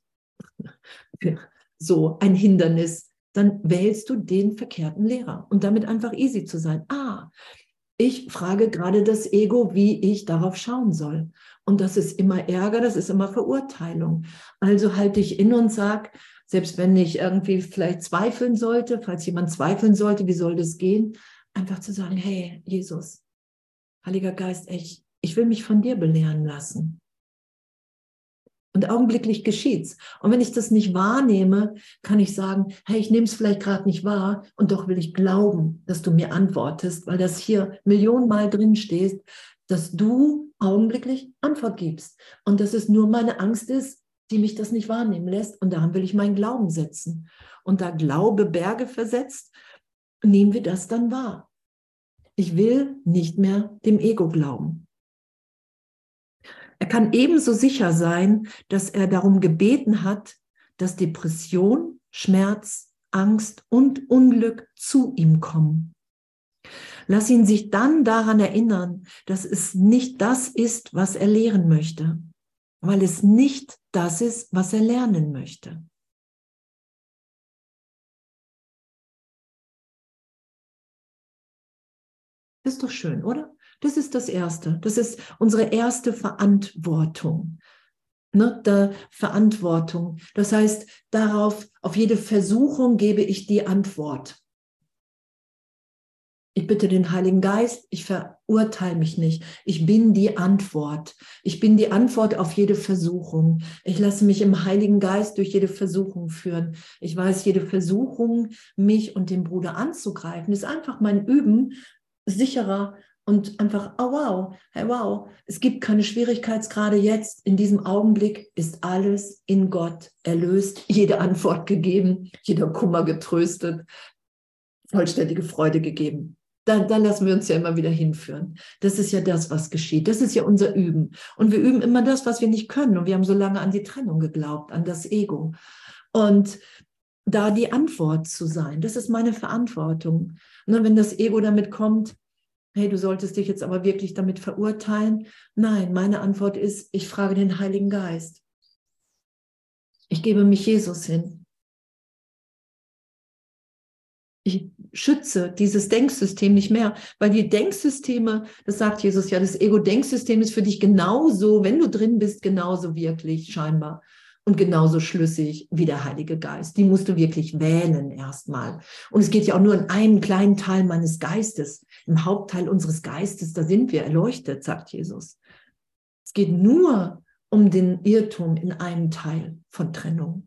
so ein Hindernis, dann wählst du den verkehrten Lehrer und damit einfach easy zu sein. Ich frage gerade das Ego, wie ich darauf schauen soll. Und das ist immer Ärger, das ist immer Verurteilung. Also halte ich inne und sage, selbst wenn ich irgendwie vielleicht zweifeln sollte, falls jemand zweifeln sollte, wie soll das gehen? Einfach zu sagen, hey, Jesus, Heiliger Geist, ich will mich von dir belehren lassen. Und augenblicklich geschieht's. Und wenn ich das nicht wahrnehme, kann ich sagen, hey, ich nehme es vielleicht gerade nicht wahr und doch will ich glauben, dass du mir antwortest, weil das hier millionenmal drin steht, dass du augenblicklich Antwort gibst. Und dass es nur meine Angst ist, die mich das nicht wahrnehmen lässt. Und daran will ich meinen Glauben setzen. Und da Glaube Berge versetzt, nehmen wir das dann wahr. Ich will nicht mehr dem Ego glauben. Er kann ebenso sicher sein, dass er darum gebeten hat, dass Depression, Schmerz, Angst und Unglück zu ihm kommen. Lass ihn sich dann daran erinnern, dass es nicht das ist, was er lehren möchte, weil es nicht das ist, was er lernen möchte. Das ist doch schön, oder? Das ist das Erste. Das ist unsere erste Verantwortung. Ne, der Verantwortung. Das heißt, auf jede Versuchung gebe ich die Antwort. Ich bitte den Heiligen Geist, ich verurteile mich nicht. Ich bin die Antwort. Ich bin die Antwort auf jede Versuchung. Ich lasse mich im Heiligen Geist durch jede Versuchung führen. Ich weiß, jede Versuchung, mich und den Bruder anzugreifen, ist einfach mein Üben, sicherer und einfach, oh wow, hey wow, es gibt keine Schwierigkeitsgrade jetzt. In diesem Augenblick ist alles in Gott erlöst, jede Antwort gegeben, jeder Kummer getröstet, vollständige Freude gegeben. Dann lassen wir uns ja immer wieder hinführen. Das ist ja das, was geschieht. Das ist ja unser Üben. Und wir üben immer das, was wir nicht können. Und wir haben so lange an die Trennung geglaubt, an das Ego. Und da die Antwort zu sein, das ist meine Verantwortung. Und wenn das Ego damit kommt, hey, du solltest dich jetzt aber wirklich damit verurteilen. Nein, meine Antwort ist, ich frage den Heiligen Geist. Ich gebe mich Jesus hin. Ich schütze dieses Denksystem nicht mehr, weil die Denksysteme, das sagt Jesus ja, das Ego-Denksystem ist für dich genauso, wenn du drin bist, genauso wirklich scheinbar und genauso schlüssig wie der Heilige Geist. Die musst du wirklich wählen erstmal. Und es geht ja auch nur in einem kleinen Teil meines Geistes. Im Hauptteil unseres Geistes, da sind wir erleuchtet, sagt Jesus. Es geht nur um den Irrtum in einem Teil von Trennung.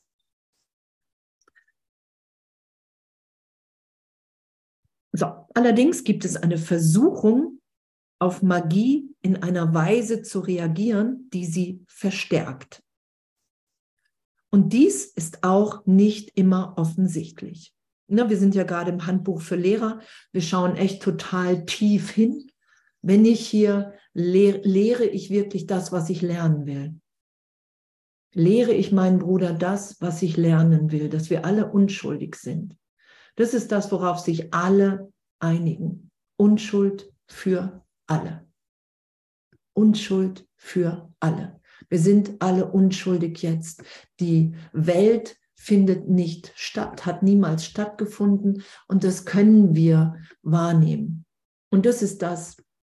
So, allerdings gibt es eine Versuchung, auf Magie in einer Weise zu reagieren, die sie verstärkt. Und dies ist auch nicht immer offensichtlich. Ne, wir sind ja gerade im Handbuch für Lehrer. Wir schauen echt total tief hin. Wenn ich hier lehre ich wirklich das, was ich lernen will. Lehre ich meinen Bruder das, was ich lernen will, dass wir alle unschuldig sind. Das ist das, worauf sich alle einigen. Unschuld für alle. Unschuld für alle. Wir sind alle unschuldig jetzt. Die Welt findet nicht statt, hat niemals stattgefunden und das können wir wahrnehmen. Und das ist das,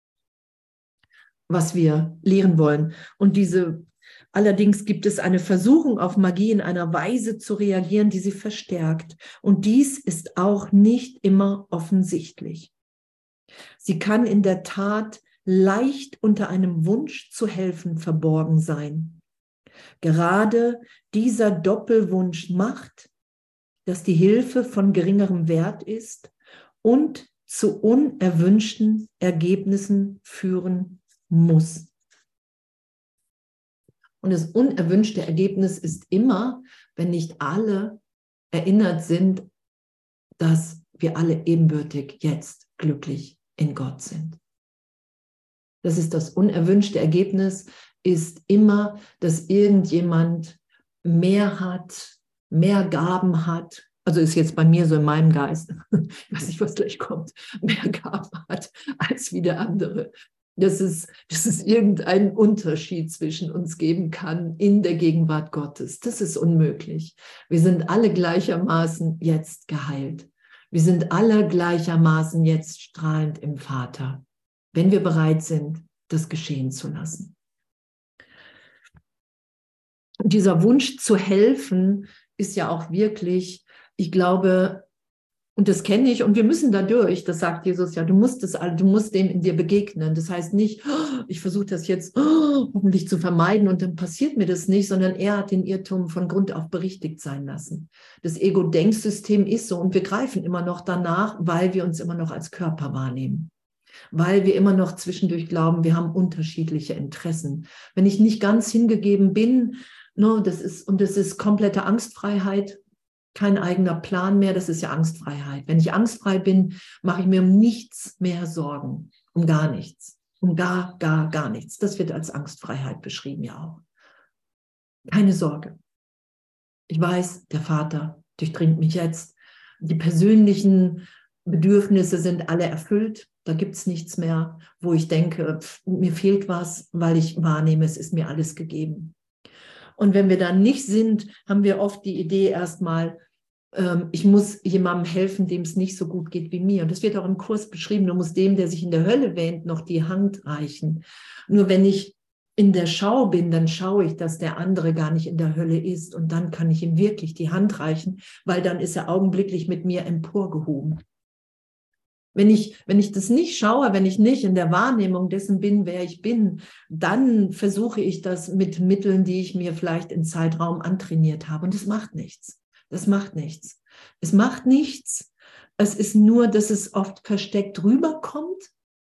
was wir lehren wollen. Und allerdings gibt es eine Versuchung, auf Magie in einer Weise zu reagieren, die sie verstärkt. Und dies ist auch nicht immer offensichtlich. Sie kann in der Tat leicht unter einem Wunsch zu helfen verborgen sein. Gerade dieser Doppelwunsch macht, dass die Hilfe von geringerem Wert ist und zu unerwünschten Ergebnissen führen muss. Und das unerwünschte Ergebnis ist immer, wenn nicht alle erinnert sind, dass wir alle ebenbürtig jetzt glücklich in Gott sind. Das ist das unerwünschte Ergebnis, ist immer, dass irgendjemand mehr hat, mehr Gaben hat. Also ist jetzt bei mir so in meinem Geist, ich weiß nicht, was gleich kommt, mehr Gaben hat als wie der andere. Dass es irgendeinen Unterschied zwischen uns geben kann in der Gegenwart Gottes. Das ist unmöglich. Wir sind alle gleichermaßen jetzt geheilt. Wir sind alle gleichermaßen jetzt strahlend im Vater, wenn wir bereit sind, das geschehen zu lassen. Und dieser Wunsch zu helfen ist ja auch wirklich, ich glaube, und das kenne ich und wir müssen da durch, das sagt Jesus ja, du musst dem in dir begegnen. Das heißt nicht, ich versuche das jetzt hoffentlich zu vermeiden und dann passiert mir das nicht, sondern er hat den Irrtum von Grund auf berichtigt sein lassen. Das Ego-Denksystem ist so und wir greifen immer noch danach, weil wir uns immer noch als Körper wahrnehmen. Weil wir immer noch zwischendurch glauben, wir haben unterschiedliche Interessen. Wenn ich nicht ganz hingegeben bin, No, das ist komplette Angstfreiheit, kein eigener Plan mehr, das ist ja Angstfreiheit. Wenn ich angstfrei bin, mache ich mir um nichts mehr Sorgen, um gar nichts, um gar nichts. Das wird als Angstfreiheit beschrieben ja auch. Keine Sorge. Ich weiß, der Vater durchdringt mich jetzt. Die persönlichen Bedürfnisse sind alle erfüllt. Da gibt es nichts mehr, wo ich denke, mir fehlt was, weil ich wahrnehme, es ist mir alles gegeben. Und wenn wir da nicht sind, haben wir oft die Idee erstmal, ich muss jemandem helfen, dem es nicht so gut geht wie mir. Und das wird auch im Kurs beschrieben, du musst dem, der sich in der Hölle wähnt, noch die Hand reichen. Nur wenn ich in der Schau bin, dann schaue ich, dass der andere gar nicht in der Hölle ist. Und dann kann ich ihm wirklich die Hand reichen, weil dann ist er augenblicklich mit mir emporgehoben. Wenn ich das nicht schaue, wenn ich nicht in der Wahrnehmung dessen bin, wer ich bin, dann versuche ich das mit Mitteln, die ich mir vielleicht im Zeitraum antrainiert habe. Und das macht nichts. Das macht nichts. Es macht nichts. Es ist nur, dass es oft versteckt rüberkommt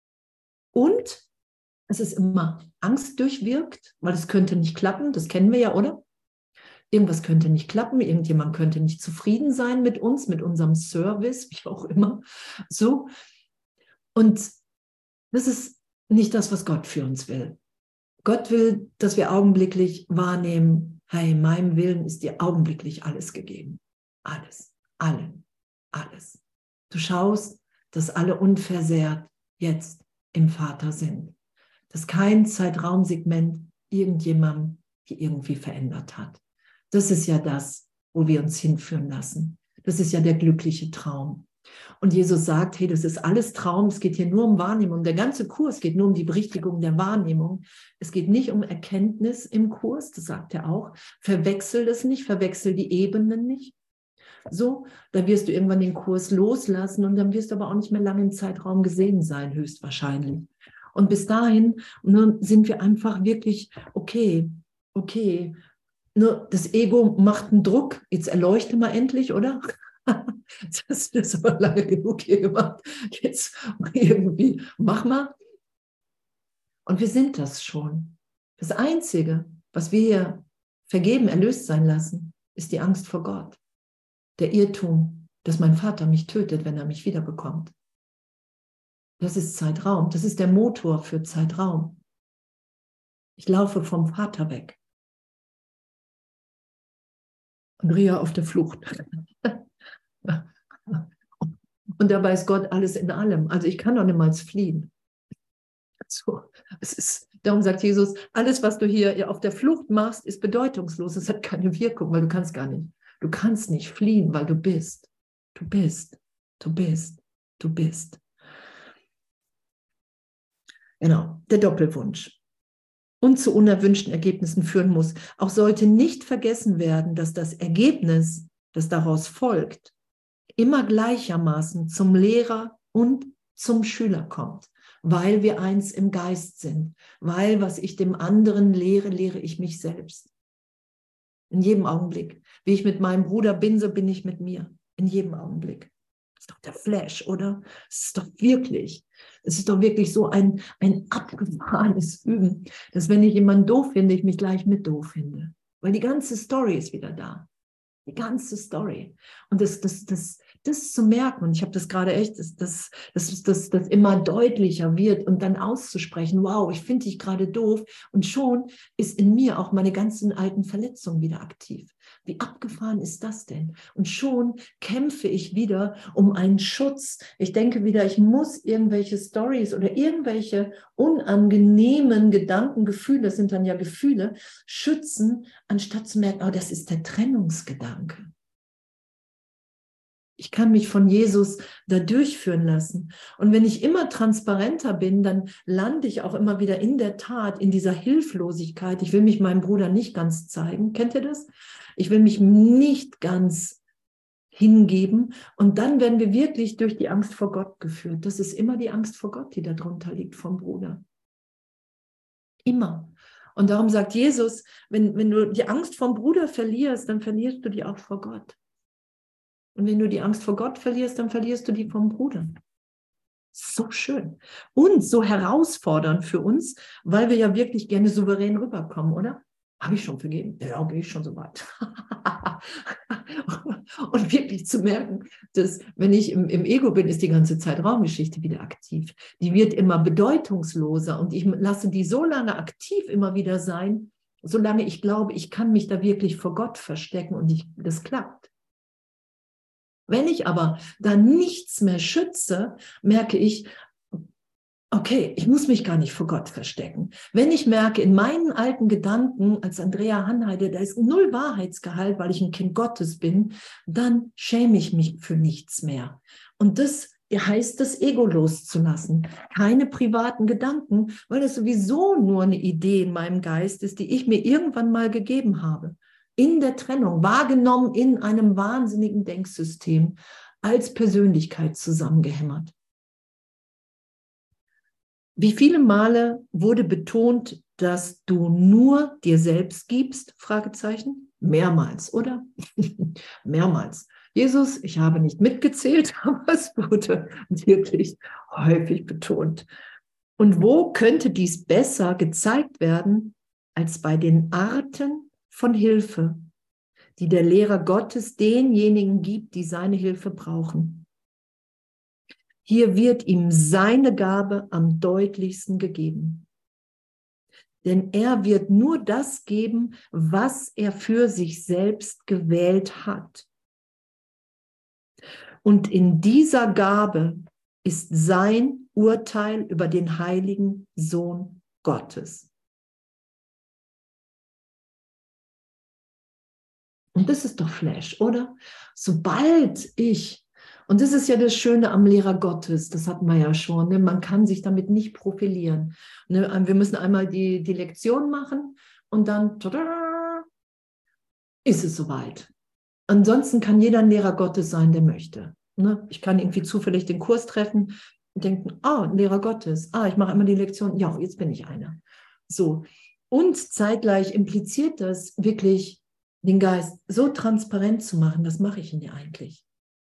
und es ist immer Angst durchwirkt, weil es könnte nicht klappen. Das kennen wir ja, oder? Irgendwas könnte nicht klappen, irgendjemand könnte nicht zufrieden sein mit uns, mit unserem Service, wie auch immer. So. Und das ist nicht das, was Gott für uns will. Gott will, dass wir augenblicklich wahrnehmen, hey, meinem Willen ist dir augenblicklich alles gegeben. Alles, alles. Du schaust, dass alle unversehrt jetzt im Vater sind. Dass kein Zeitraumsegment irgendjemandem hier irgendwie verändert hat. Das ist ja das, wo wir uns hinführen lassen. Das ist ja der glückliche Traum. Und Jesus sagt, hey, das ist alles Traum, es geht hier nur um Wahrnehmung. Der ganze Kurs geht nur um die Berichtigung der Wahrnehmung. Es geht nicht um Erkenntnis im Kurs, das sagt er auch. Verwechsel das nicht, verwechsel die Ebenen nicht. So, da wirst du irgendwann den Kurs loslassen und dann wirst du aber auch nicht mehr lange im Zeitraum gesehen sein, höchstwahrscheinlich. Und bis dahin sind wir einfach wirklich, okay, nur das Ego macht einen Druck, jetzt erleuchte mal endlich, oder? Das hast du das aber lange genug hier gemacht. Jetzt irgendwie, mach mal. Und wir sind das schon. Das Einzige, was wir hier vergeben, erlöst sein lassen, ist die Angst vor Gott. Der Irrtum, dass mein Vater mich tötet, wenn er mich wiederbekommt. Das ist Zeitraum. Das ist der Motor für Zeitraum. Ich laufe vom Vater weg. Und Ria auf der Flucht. Und dabei ist Gott alles in allem. Also ich kann doch niemals fliehen. So, darum sagt Jesus, alles, was du hier auf der Flucht machst, ist bedeutungslos. Es hat keine Wirkung, weil du kannst gar nicht. Du kannst nicht fliehen, weil du bist. Du bist. Du bist. Du bist. Genau, der Doppelwunsch. Und zu unerwünschten Ergebnissen führen muss. Auch sollte nicht vergessen werden, dass das Ergebnis, das daraus folgt, immer gleichermaßen zum Lehrer und zum Schüler kommt, weil wir eins im Geist sind, weil was ich dem anderen lehre, lehre ich mich selbst. In jedem Augenblick. Wie ich mit meinem Bruder bin, so bin ich mit mir. In jedem Augenblick. Das ist doch der Flash, oder? Es ist doch wirklich so ein abgefahrenes Üben, dass wenn ich jemanden doof finde, ich mich gleich mit doof finde. Weil die ganze Story ist wieder da. Die ganze Story. Und das zu merken, und ich habe das gerade echt, dass immer deutlicher wird und dann auszusprechen, wow, ich finde dich gerade doof. Und schon ist in mir auch meine ganzen alten Verletzungen wieder aktiv. Wie abgefahren ist das denn? Und schon kämpfe ich wieder um einen Schutz. Ich denke wieder, ich muss irgendwelche Stories oder irgendwelche unangenehmen Gedanken, Gefühle, das sind dann ja Gefühle, schützen, anstatt zu merken, oh, das ist der Trennungsgedanke. Ich kann mich von Jesus da durchführen lassen. Und wenn ich immer transparenter bin, dann lande ich auch immer wieder in der Tat in dieser Hilflosigkeit. Ich will mich meinem Bruder nicht ganz zeigen. Kennt ihr das? Ich will mich nicht ganz hingeben. Und dann werden wir wirklich durch die Angst vor Gott geführt. Das ist immer die Angst vor Gott, die darunter liegt vom Bruder. Immer. Und darum sagt Jesus, wenn du die Angst vom Bruder verlierst, dann verlierst du die auch vor Gott. Und wenn du die Angst vor Gott verlierst, dann verlierst du die vom Bruder. So schön. Und so herausfordernd für uns, weil wir ja wirklich gerne souverän rüberkommen, oder? Habe ich schon vergeben? Ja, bin ich schon so weit. Und wirklich zu merken, dass wenn ich im Ego bin, ist die ganze Zeit Raumgeschichte wieder aktiv. Die wird immer bedeutungsloser und ich lasse die so lange aktiv immer wieder sein, solange ich glaube, ich kann mich da wirklich vor Gott verstecken und das klappt. Wenn ich aber da nichts mehr schütze, merke ich, okay, ich muss mich gar nicht vor Gott verstecken. Wenn ich merke, in meinen alten Gedanken als Andrea Hanheide, da ist null Wahrheitsgehalt, weil ich ein Kind Gottes bin, dann schäme ich mich für nichts mehr. Und das heißt, das Ego loszulassen. Keine privaten Gedanken, weil das sowieso nur eine Idee in meinem Geist ist, die ich mir irgendwann mal gegeben habe. In der Trennung, wahrgenommen in einem wahnsinnigen Denksystem, als Persönlichkeit zusammengehämmert. Wie viele Male wurde betont, dass du nur dir selbst gibst? Fragezeichen. Mehrmals, oder? Mehrmals. Jesus, ich habe nicht mitgezählt, aber es wurde wirklich häufig betont. Und wo könnte dies besser gezeigt werden, als bei den Arten von Hilfe, die der Lehrer Gottes denjenigen gibt, die seine Hilfe brauchen? Hier wird ihm seine Gabe am deutlichsten gegeben. Denn er wird nur das geben, was er für sich selbst gewählt hat. Und in dieser Gabe ist sein Urteil über den heiligen Sohn Gottes. Und das ist doch Flash, oder? Sobald ich, und das ist ja das Schöne am Lehrer Gottes, das hatten wir ja schon, ne? Man kann sich damit nicht profilieren. Ne? Wir müssen einmal die Lektion machen und dann tada, ist es soweit. Ansonsten kann jeder ein Lehrer Gottes sein, der möchte. Ne? Ich kann irgendwie zufällig den Kurs treffen und denken, ein Lehrer Gottes, ich mache einmal die Lektion, ja, jetzt bin ich einer. So. Und zeitgleich impliziert das wirklich, den Geist so transparent zu machen, was mache ich denn hier eigentlich?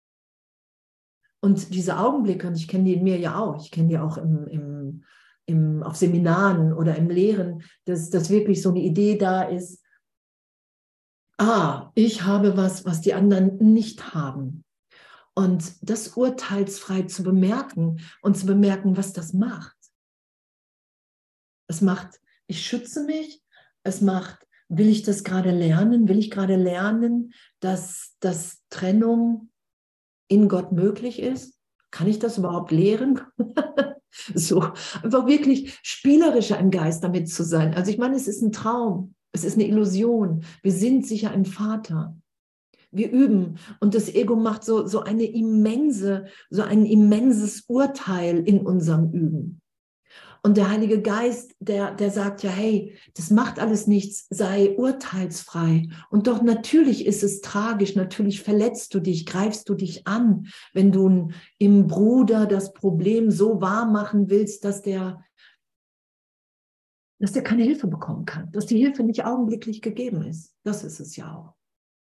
Und diese Augenblicke, und ich kenne die in mir ja auch, ich kenne die auch auf Seminaren oder im Lehren, dass wirklich so eine Idee da ist, ich habe was die anderen nicht haben. Und das urteilsfrei zu bemerken und zu bemerken, was das macht. Es macht, ich schütze mich, es macht, will ich das gerade lernen? Will ich gerade lernen, dass Trennung in Gott möglich ist? Kann ich das überhaupt lehren? So, einfach wirklich spielerischer im Geist damit zu sein. Also ich meine, es ist ein Traum, es ist eine Illusion. Wir sind sicher im Vater. Wir üben und das Ego macht so ein immenses Urteil in unserem Üben. Und der Heilige Geist, der sagt ja, hey, das macht alles nichts, sei urteilsfrei. Und doch natürlich ist es tragisch, natürlich verletzt du dich, greifst du dich an, wenn du im Bruder das Problem so wahr machen willst, dass der keine Hilfe bekommen kann, dass die Hilfe nicht augenblicklich gegeben ist. Das ist es ja auch.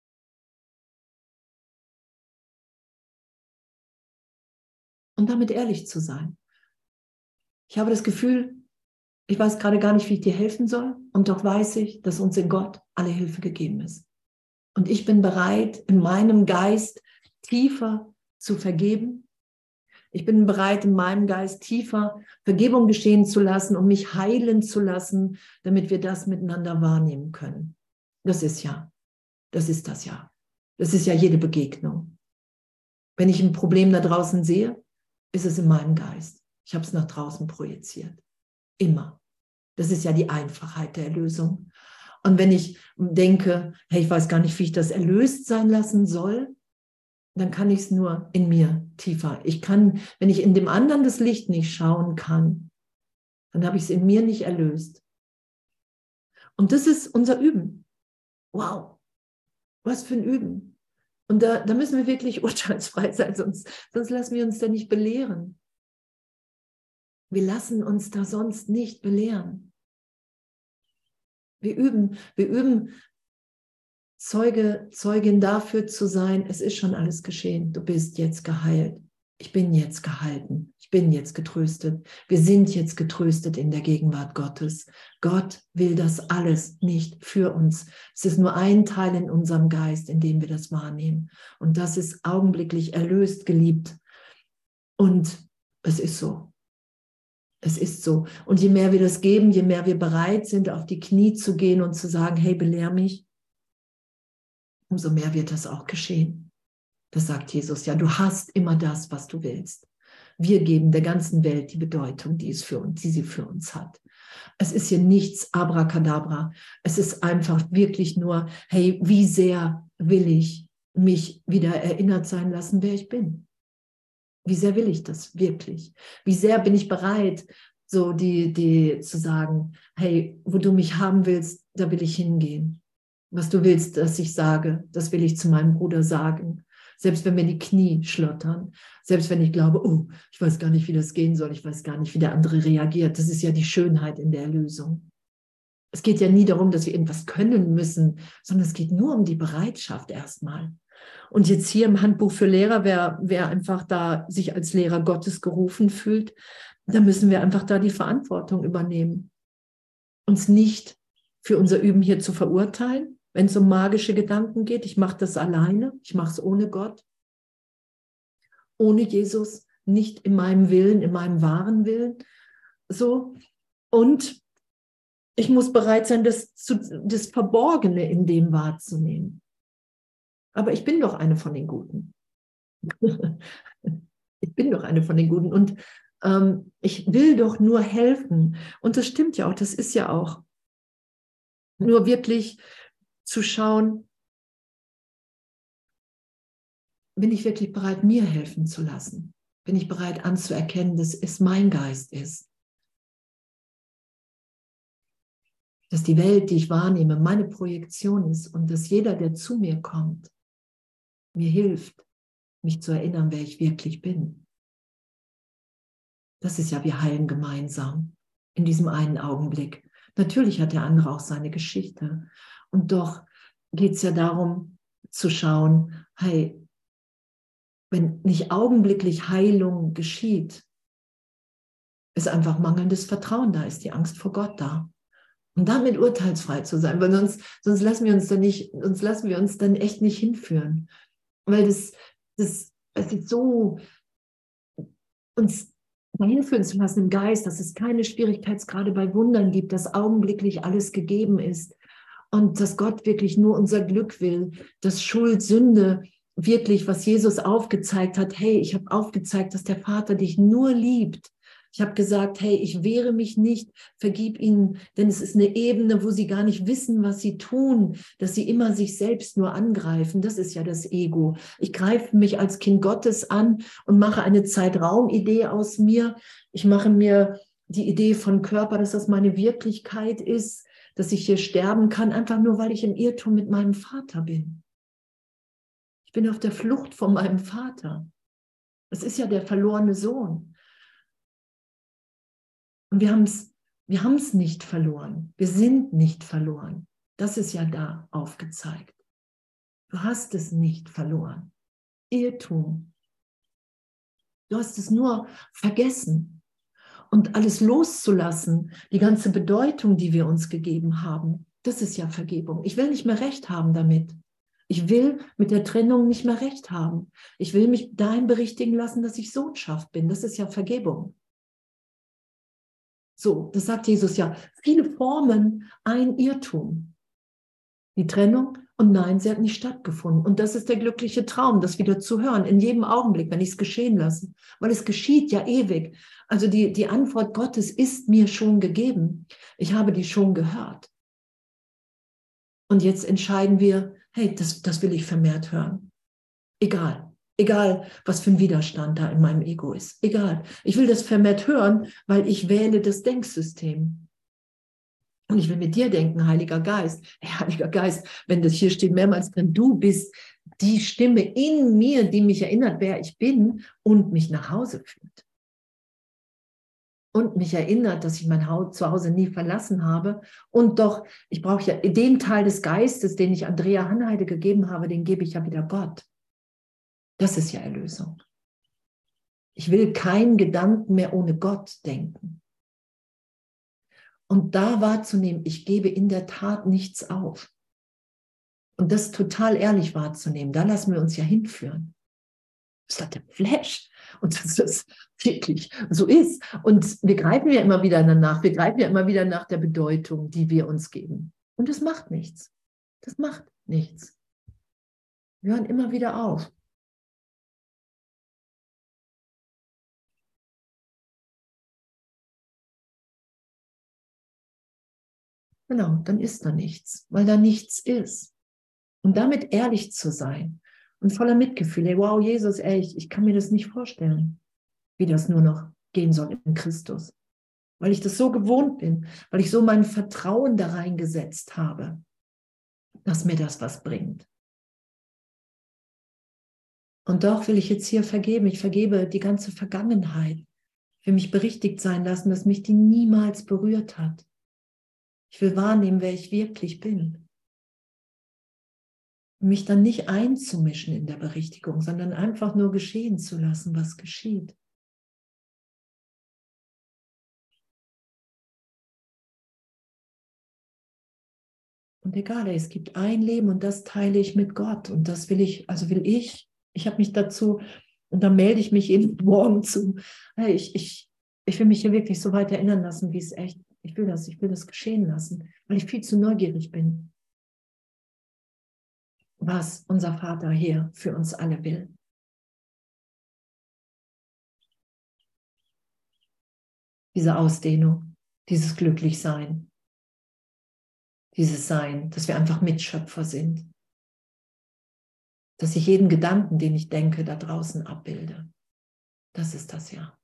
Und damit ehrlich zu sein. Ich habe das Gefühl, ich weiß gerade gar nicht, wie ich dir helfen soll. Und doch weiß ich, dass uns in Gott alle Hilfe gegeben ist. Und ich bin bereit, in meinem Geist tiefer zu vergeben. Ich bin bereit, in meinem Geist tiefer Vergebung geschehen zu lassen und mich heilen zu lassen, damit wir das miteinander wahrnehmen können. Das ist das ja. Das ist ja jede Begegnung. Wenn ich ein Problem da draußen sehe, ist es in meinem Geist. Ich habe es nach draußen projiziert. Immer. Das ist ja die Einfachheit der Erlösung. Und wenn ich denke, hey, ich weiß gar nicht, wie ich das erlöst sein lassen soll, dann kann ich es nur in mir tiefer. Ich kann, wenn ich in dem anderen das Licht nicht schauen kann, dann habe ich es in mir nicht erlöst. Und das ist unser Üben. Wow, was für ein Üben. Und da müssen wir wirklich urteilsfrei sein, sonst lassen wir uns da nicht belehren. Wir lassen uns da sonst nicht belehren. Wir üben, Zeugin dafür zu sein, es ist schon alles geschehen, du bist jetzt geheilt. Ich bin jetzt gehalten, ich bin jetzt getröstet. Wir sind jetzt getröstet in der Gegenwart Gottes. Gott will das alles nicht für uns. Es ist nur ein Teil in unserem Geist, in dem wir das wahrnehmen. Und das ist augenblicklich erlöst, geliebt. Und es ist so. Es ist so. Und je mehr wir das geben, je mehr wir bereit sind, auf die Knie zu gehen und zu sagen, hey, belehr mich, umso mehr wird das auch geschehen. Das sagt Jesus, ja, du hast immer das, was du willst. Wir geben der ganzen Welt die Bedeutung, die sie für uns hat. Es ist hier nichts Abracadabra. Es ist einfach wirklich nur, hey, wie sehr will ich mich wieder erinnert sein lassen, wer ich bin? Wie sehr will ich das wirklich? Wie sehr bin ich bereit, so die zu sagen, hey, wo du mich haben willst, da will ich hingehen. Was du willst, dass ich sage, das will ich zu meinem Bruder sagen. Selbst wenn mir die Knie schlottern, selbst wenn ich glaube, oh, ich weiß gar nicht, wie das gehen soll, ich weiß gar nicht, wie der andere reagiert. Das ist ja die Schönheit in der Erlösung. Es geht ja nie darum, dass wir irgendwas können müssen, sondern es geht nur um die Bereitschaft erstmal. Und jetzt hier im Handbuch für Lehrer, wer einfach da sich als Lehrer Gottes gerufen fühlt, da müssen wir einfach da die Verantwortung übernehmen. Uns nicht für unser Üben hier zu verurteilen, wenn es um magische Gedanken geht. Ich mache das alleine, ich mache es ohne Gott, ohne Jesus, nicht in meinem Willen, in meinem wahren Willen. So. Und ich muss bereit sein, das Verborgene in dem wahrzunehmen. Aber ich bin doch eine von den Guten. Ich bin doch eine von den Guten. Und ich will doch nur helfen. Und das stimmt ja auch, das ist ja auch. Nur wirklich zu schauen, bin ich wirklich bereit, mir helfen zu lassen? Bin ich bereit anzuerkennen, dass es mein Geist ist? Dass die Welt, die ich wahrnehme, meine Projektion ist und dass jeder, der zu mir kommt, mir hilft, mich zu erinnern, wer ich wirklich bin. Das ist ja, wir heilen gemeinsam in diesem einen Augenblick. Natürlich hat der andere auch seine Geschichte. Und doch geht es ja darum zu schauen, hey, wenn nicht augenblicklich Heilung geschieht, ist einfach mangelndes Vertrauen da, ist die Angst vor Gott da. Und damit urteilsfrei zu sein, weil sonst lassen wir uns dann echt nicht hinführen. Weil es ist so, uns dahin führen zu lassen im Geist, dass es keine Schwierigkeitsgrade bei Wundern gibt, dass augenblicklich alles gegeben ist und dass Gott wirklich nur unser Glück will, dass Schuld, Sünde, wirklich, was Jesus aufgezeigt hat, hey, ich habe aufgezeigt, dass der Vater dich nur liebt. Ich habe gesagt, hey, ich wehre mich nicht, vergib ihnen, denn es ist eine Ebene, wo sie gar nicht wissen, was sie tun, dass sie immer sich selbst nur angreifen. Das ist ja das Ego. Ich greife mich als Kind Gottes an und mache eine Zeitraumidee aus mir. Ich mache mir die Idee von Körper, dass das meine Wirklichkeit ist, dass ich hier sterben kann, einfach nur, weil ich im Irrtum mit meinem Vater bin. Ich bin auf der Flucht von meinem Vater. Es ist ja der verlorene Sohn. Und wir haben es nicht verloren. Wir sind nicht verloren. Das ist ja da aufgezeigt. Du hast es nicht verloren. Irrtum. Du hast es nur vergessen. Und alles loszulassen, die ganze Bedeutung, die wir uns gegeben haben, das ist ja Vergebung. Ich will nicht mehr recht haben damit. Ich will mit der Trennung nicht mehr recht haben. Ich will mich dahin berichtigen lassen, dass ich Sohnschaft bin. Das ist ja Vergebung. So, das sagt Jesus ja. Viele Formen, ein Irrtum. Die Trennung und nein, sie hat nicht stattgefunden. Und das ist der glückliche Traum, das wieder zu hören, in jedem Augenblick, wenn ich es geschehen lasse. Weil es geschieht ja ewig. Also die Antwort Gottes ist mir schon gegeben. Ich habe die schon gehört. Und jetzt entscheiden wir, hey, das will ich vermehrt hören. Egal, was für ein Widerstand da in meinem Ego ist. Egal. Ich will das vermehrt hören, weil ich wähle das Denksystem. Und ich will mit dir denken, Heiliger Geist. Hey, Heiliger Geist, wenn das hier steht mehrmals drin, du bist die Stimme in mir, die mich erinnert, wer ich bin und mich nach Hause führt. Und mich erinnert, dass ich mein Zuhause nie verlassen habe. Und doch, ich brauche ja den Teil des Geistes, den ich Andrea Hanheide gegeben habe, den gebe ich ja wieder Gott. Das ist ja Erlösung. Ich will keinen Gedanken mehr ohne Gott denken. Und da wahrzunehmen, ich gebe in der Tat nichts auf. Und das total ehrlich wahrzunehmen, da lassen wir uns ja hinführen. Das hat der Flash. Und dass das wirklich so ist. Und wir greifen ja immer wieder danach. Wir greifen ja immer wieder nach der Bedeutung, die wir uns geben. Und das macht nichts. Das macht nichts. Wir hören immer wieder auf. Genau, dann ist da nichts, weil da nichts ist. Und damit ehrlich zu sein und voller Mitgefühl, ey, wow, Jesus, ey, ich kann mir das nicht vorstellen, wie das nur noch gehen soll in Christus. Weil ich das so gewohnt bin, weil ich so mein Vertrauen da reingesetzt habe, dass mir das was bringt. Und doch will ich jetzt hier vergeben. Ich vergebe die ganze Vergangenheit. Ich will mich berichtigt sein lassen, dass mich die niemals berührt hat. Ich will wahrnehmen, wer ich wirklich bin. Mich dann nicht einzumischen in der Berichtigung, sondern einfach nur geschehen zu lassen, was geschieht. Und egal, es gibt ein Leben und das teile ich mit Gott. Und das will ich, ich habe mich dazu, und dann melde ich mich jeden Morgen zu. Hey, ich will mich hier wirklich so weit erinnern lassen, wie es echt, ich will das geschehen lassen, weil ich viel zu neugierig bin, was unser Vater hier für uns alle will. Diese Ausdehnung, dieses Glücklichsein, dieses Sein, dass wir einfach Mitschöpfer sind. Dass ich jeden Gedanken, den ich denke, da draußen abbilde. Das ist das ja.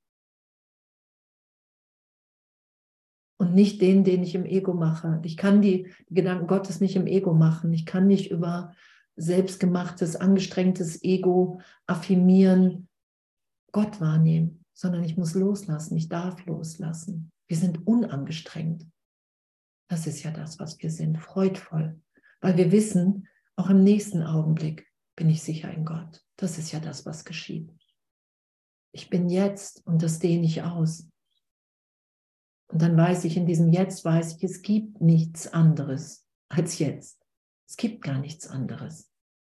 Und nicht den ich im Ego mache. Ich kann die Gedanken Gottes nicht im Ego machen. Ich kann nicht über selbstgemachtes, angestrengtes Ego affirmieren, Gott wahrnehmen, sondern ich muss loslassen. Ich darf loslassen. Wir sind unangestrengt. Das ist ja das, was wir sind, freudvoll. Weil wir wissen, auch im nächsten Augenblick bin ich sicher in Gott. Das ist ja das, was geschieht. Ich bin jetzt und das dehne ich aus. Und dann weiß ich, in diesem Jetzt weiß ich, es gibt nichts anderes als jetzt. Es gibt gar nichts anderes.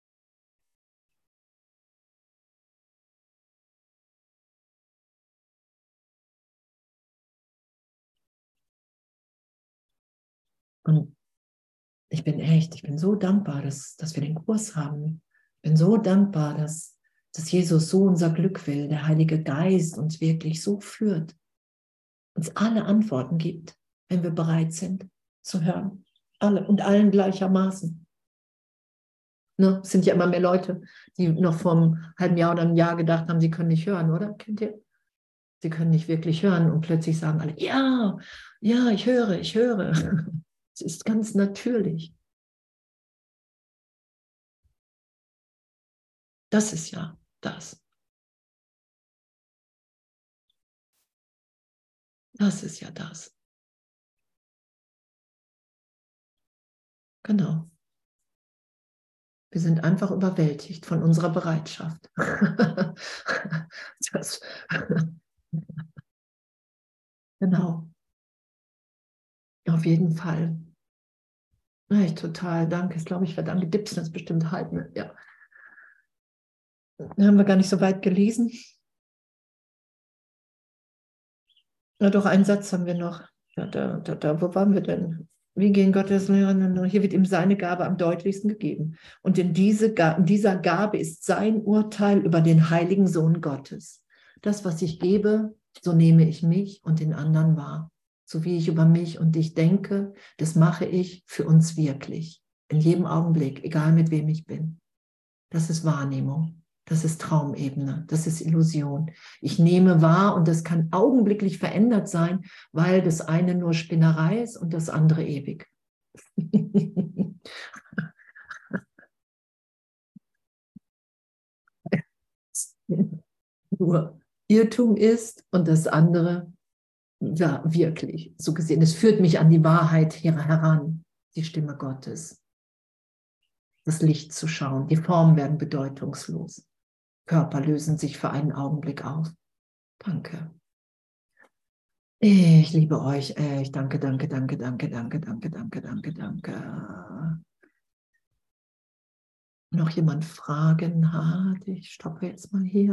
Und ich bin so dankbar, dass wir den Kurs haben. Ich bin so dankbar, dass Jesus so unser Glück will, der Heilige Geist uns wirklich so führt, uns alle Antworten gibt, wenn wir bereit sind zu hören. Alle und allen gleichermaßen. Ne? Es sind ja immer mehr Leute, die noch vor einem halben Jahr oder einem Jahr gedacht haben, sie können nicht hören, oder? Kennt ihr? Sie können nicht wirklich hören und plötzlich sagen alle, ja, ja, ich höre, ich höre. Es ist ganz natürlich. Das ist ja das. Das ist ja das. Genau. Wir sind einfach überwältigt von unserer Bereitschaft. Das, genau. Auf jeden Fall. Ja, ich total, danke. Ich glaube, ich werde angedipst, das ist bestimmt halten. Ja. Haben wir gar nicht so weit gelesen. Na doch, einen Satz haben wir noch. Wo waren wir denn? Wie gehen Gottes Lehren? Hier wird ihm seine Gabe am deutlichsten gegeben. Und in dieser Gabe ist sein Urteil über den heiligen Sohn Gottes. Das, was ich gebe, so nehme ich mich und den anderen wahr. So wie ich über mich und dich denke, das mache ich für uns wirklich. In jedem Augenblick, egal mit wem ich bin. Das ist Wahrnehmung. Das ist Traumebene, das ist Illusion. Ich nehme wahr und das kann augenblicklich verändert sein, weil das eine nur Spinnerei ist und das andere ewig. Nur Irrtum ist und das andere, ja, wirklich, so gesehen, es führt mich an die Wahrheit heran, die Stimme Gottes, das Licht zu schauen. Die Formen werden bedeutungslos. Körper lösen sich für einen Augenblick auf. Danke. Ich liebe euch echt. Danke, danke, danke, danke, danke, danke, danke, danke, danke. Noch jemand Fragen hat? Ich stoppe jetzt mal hier.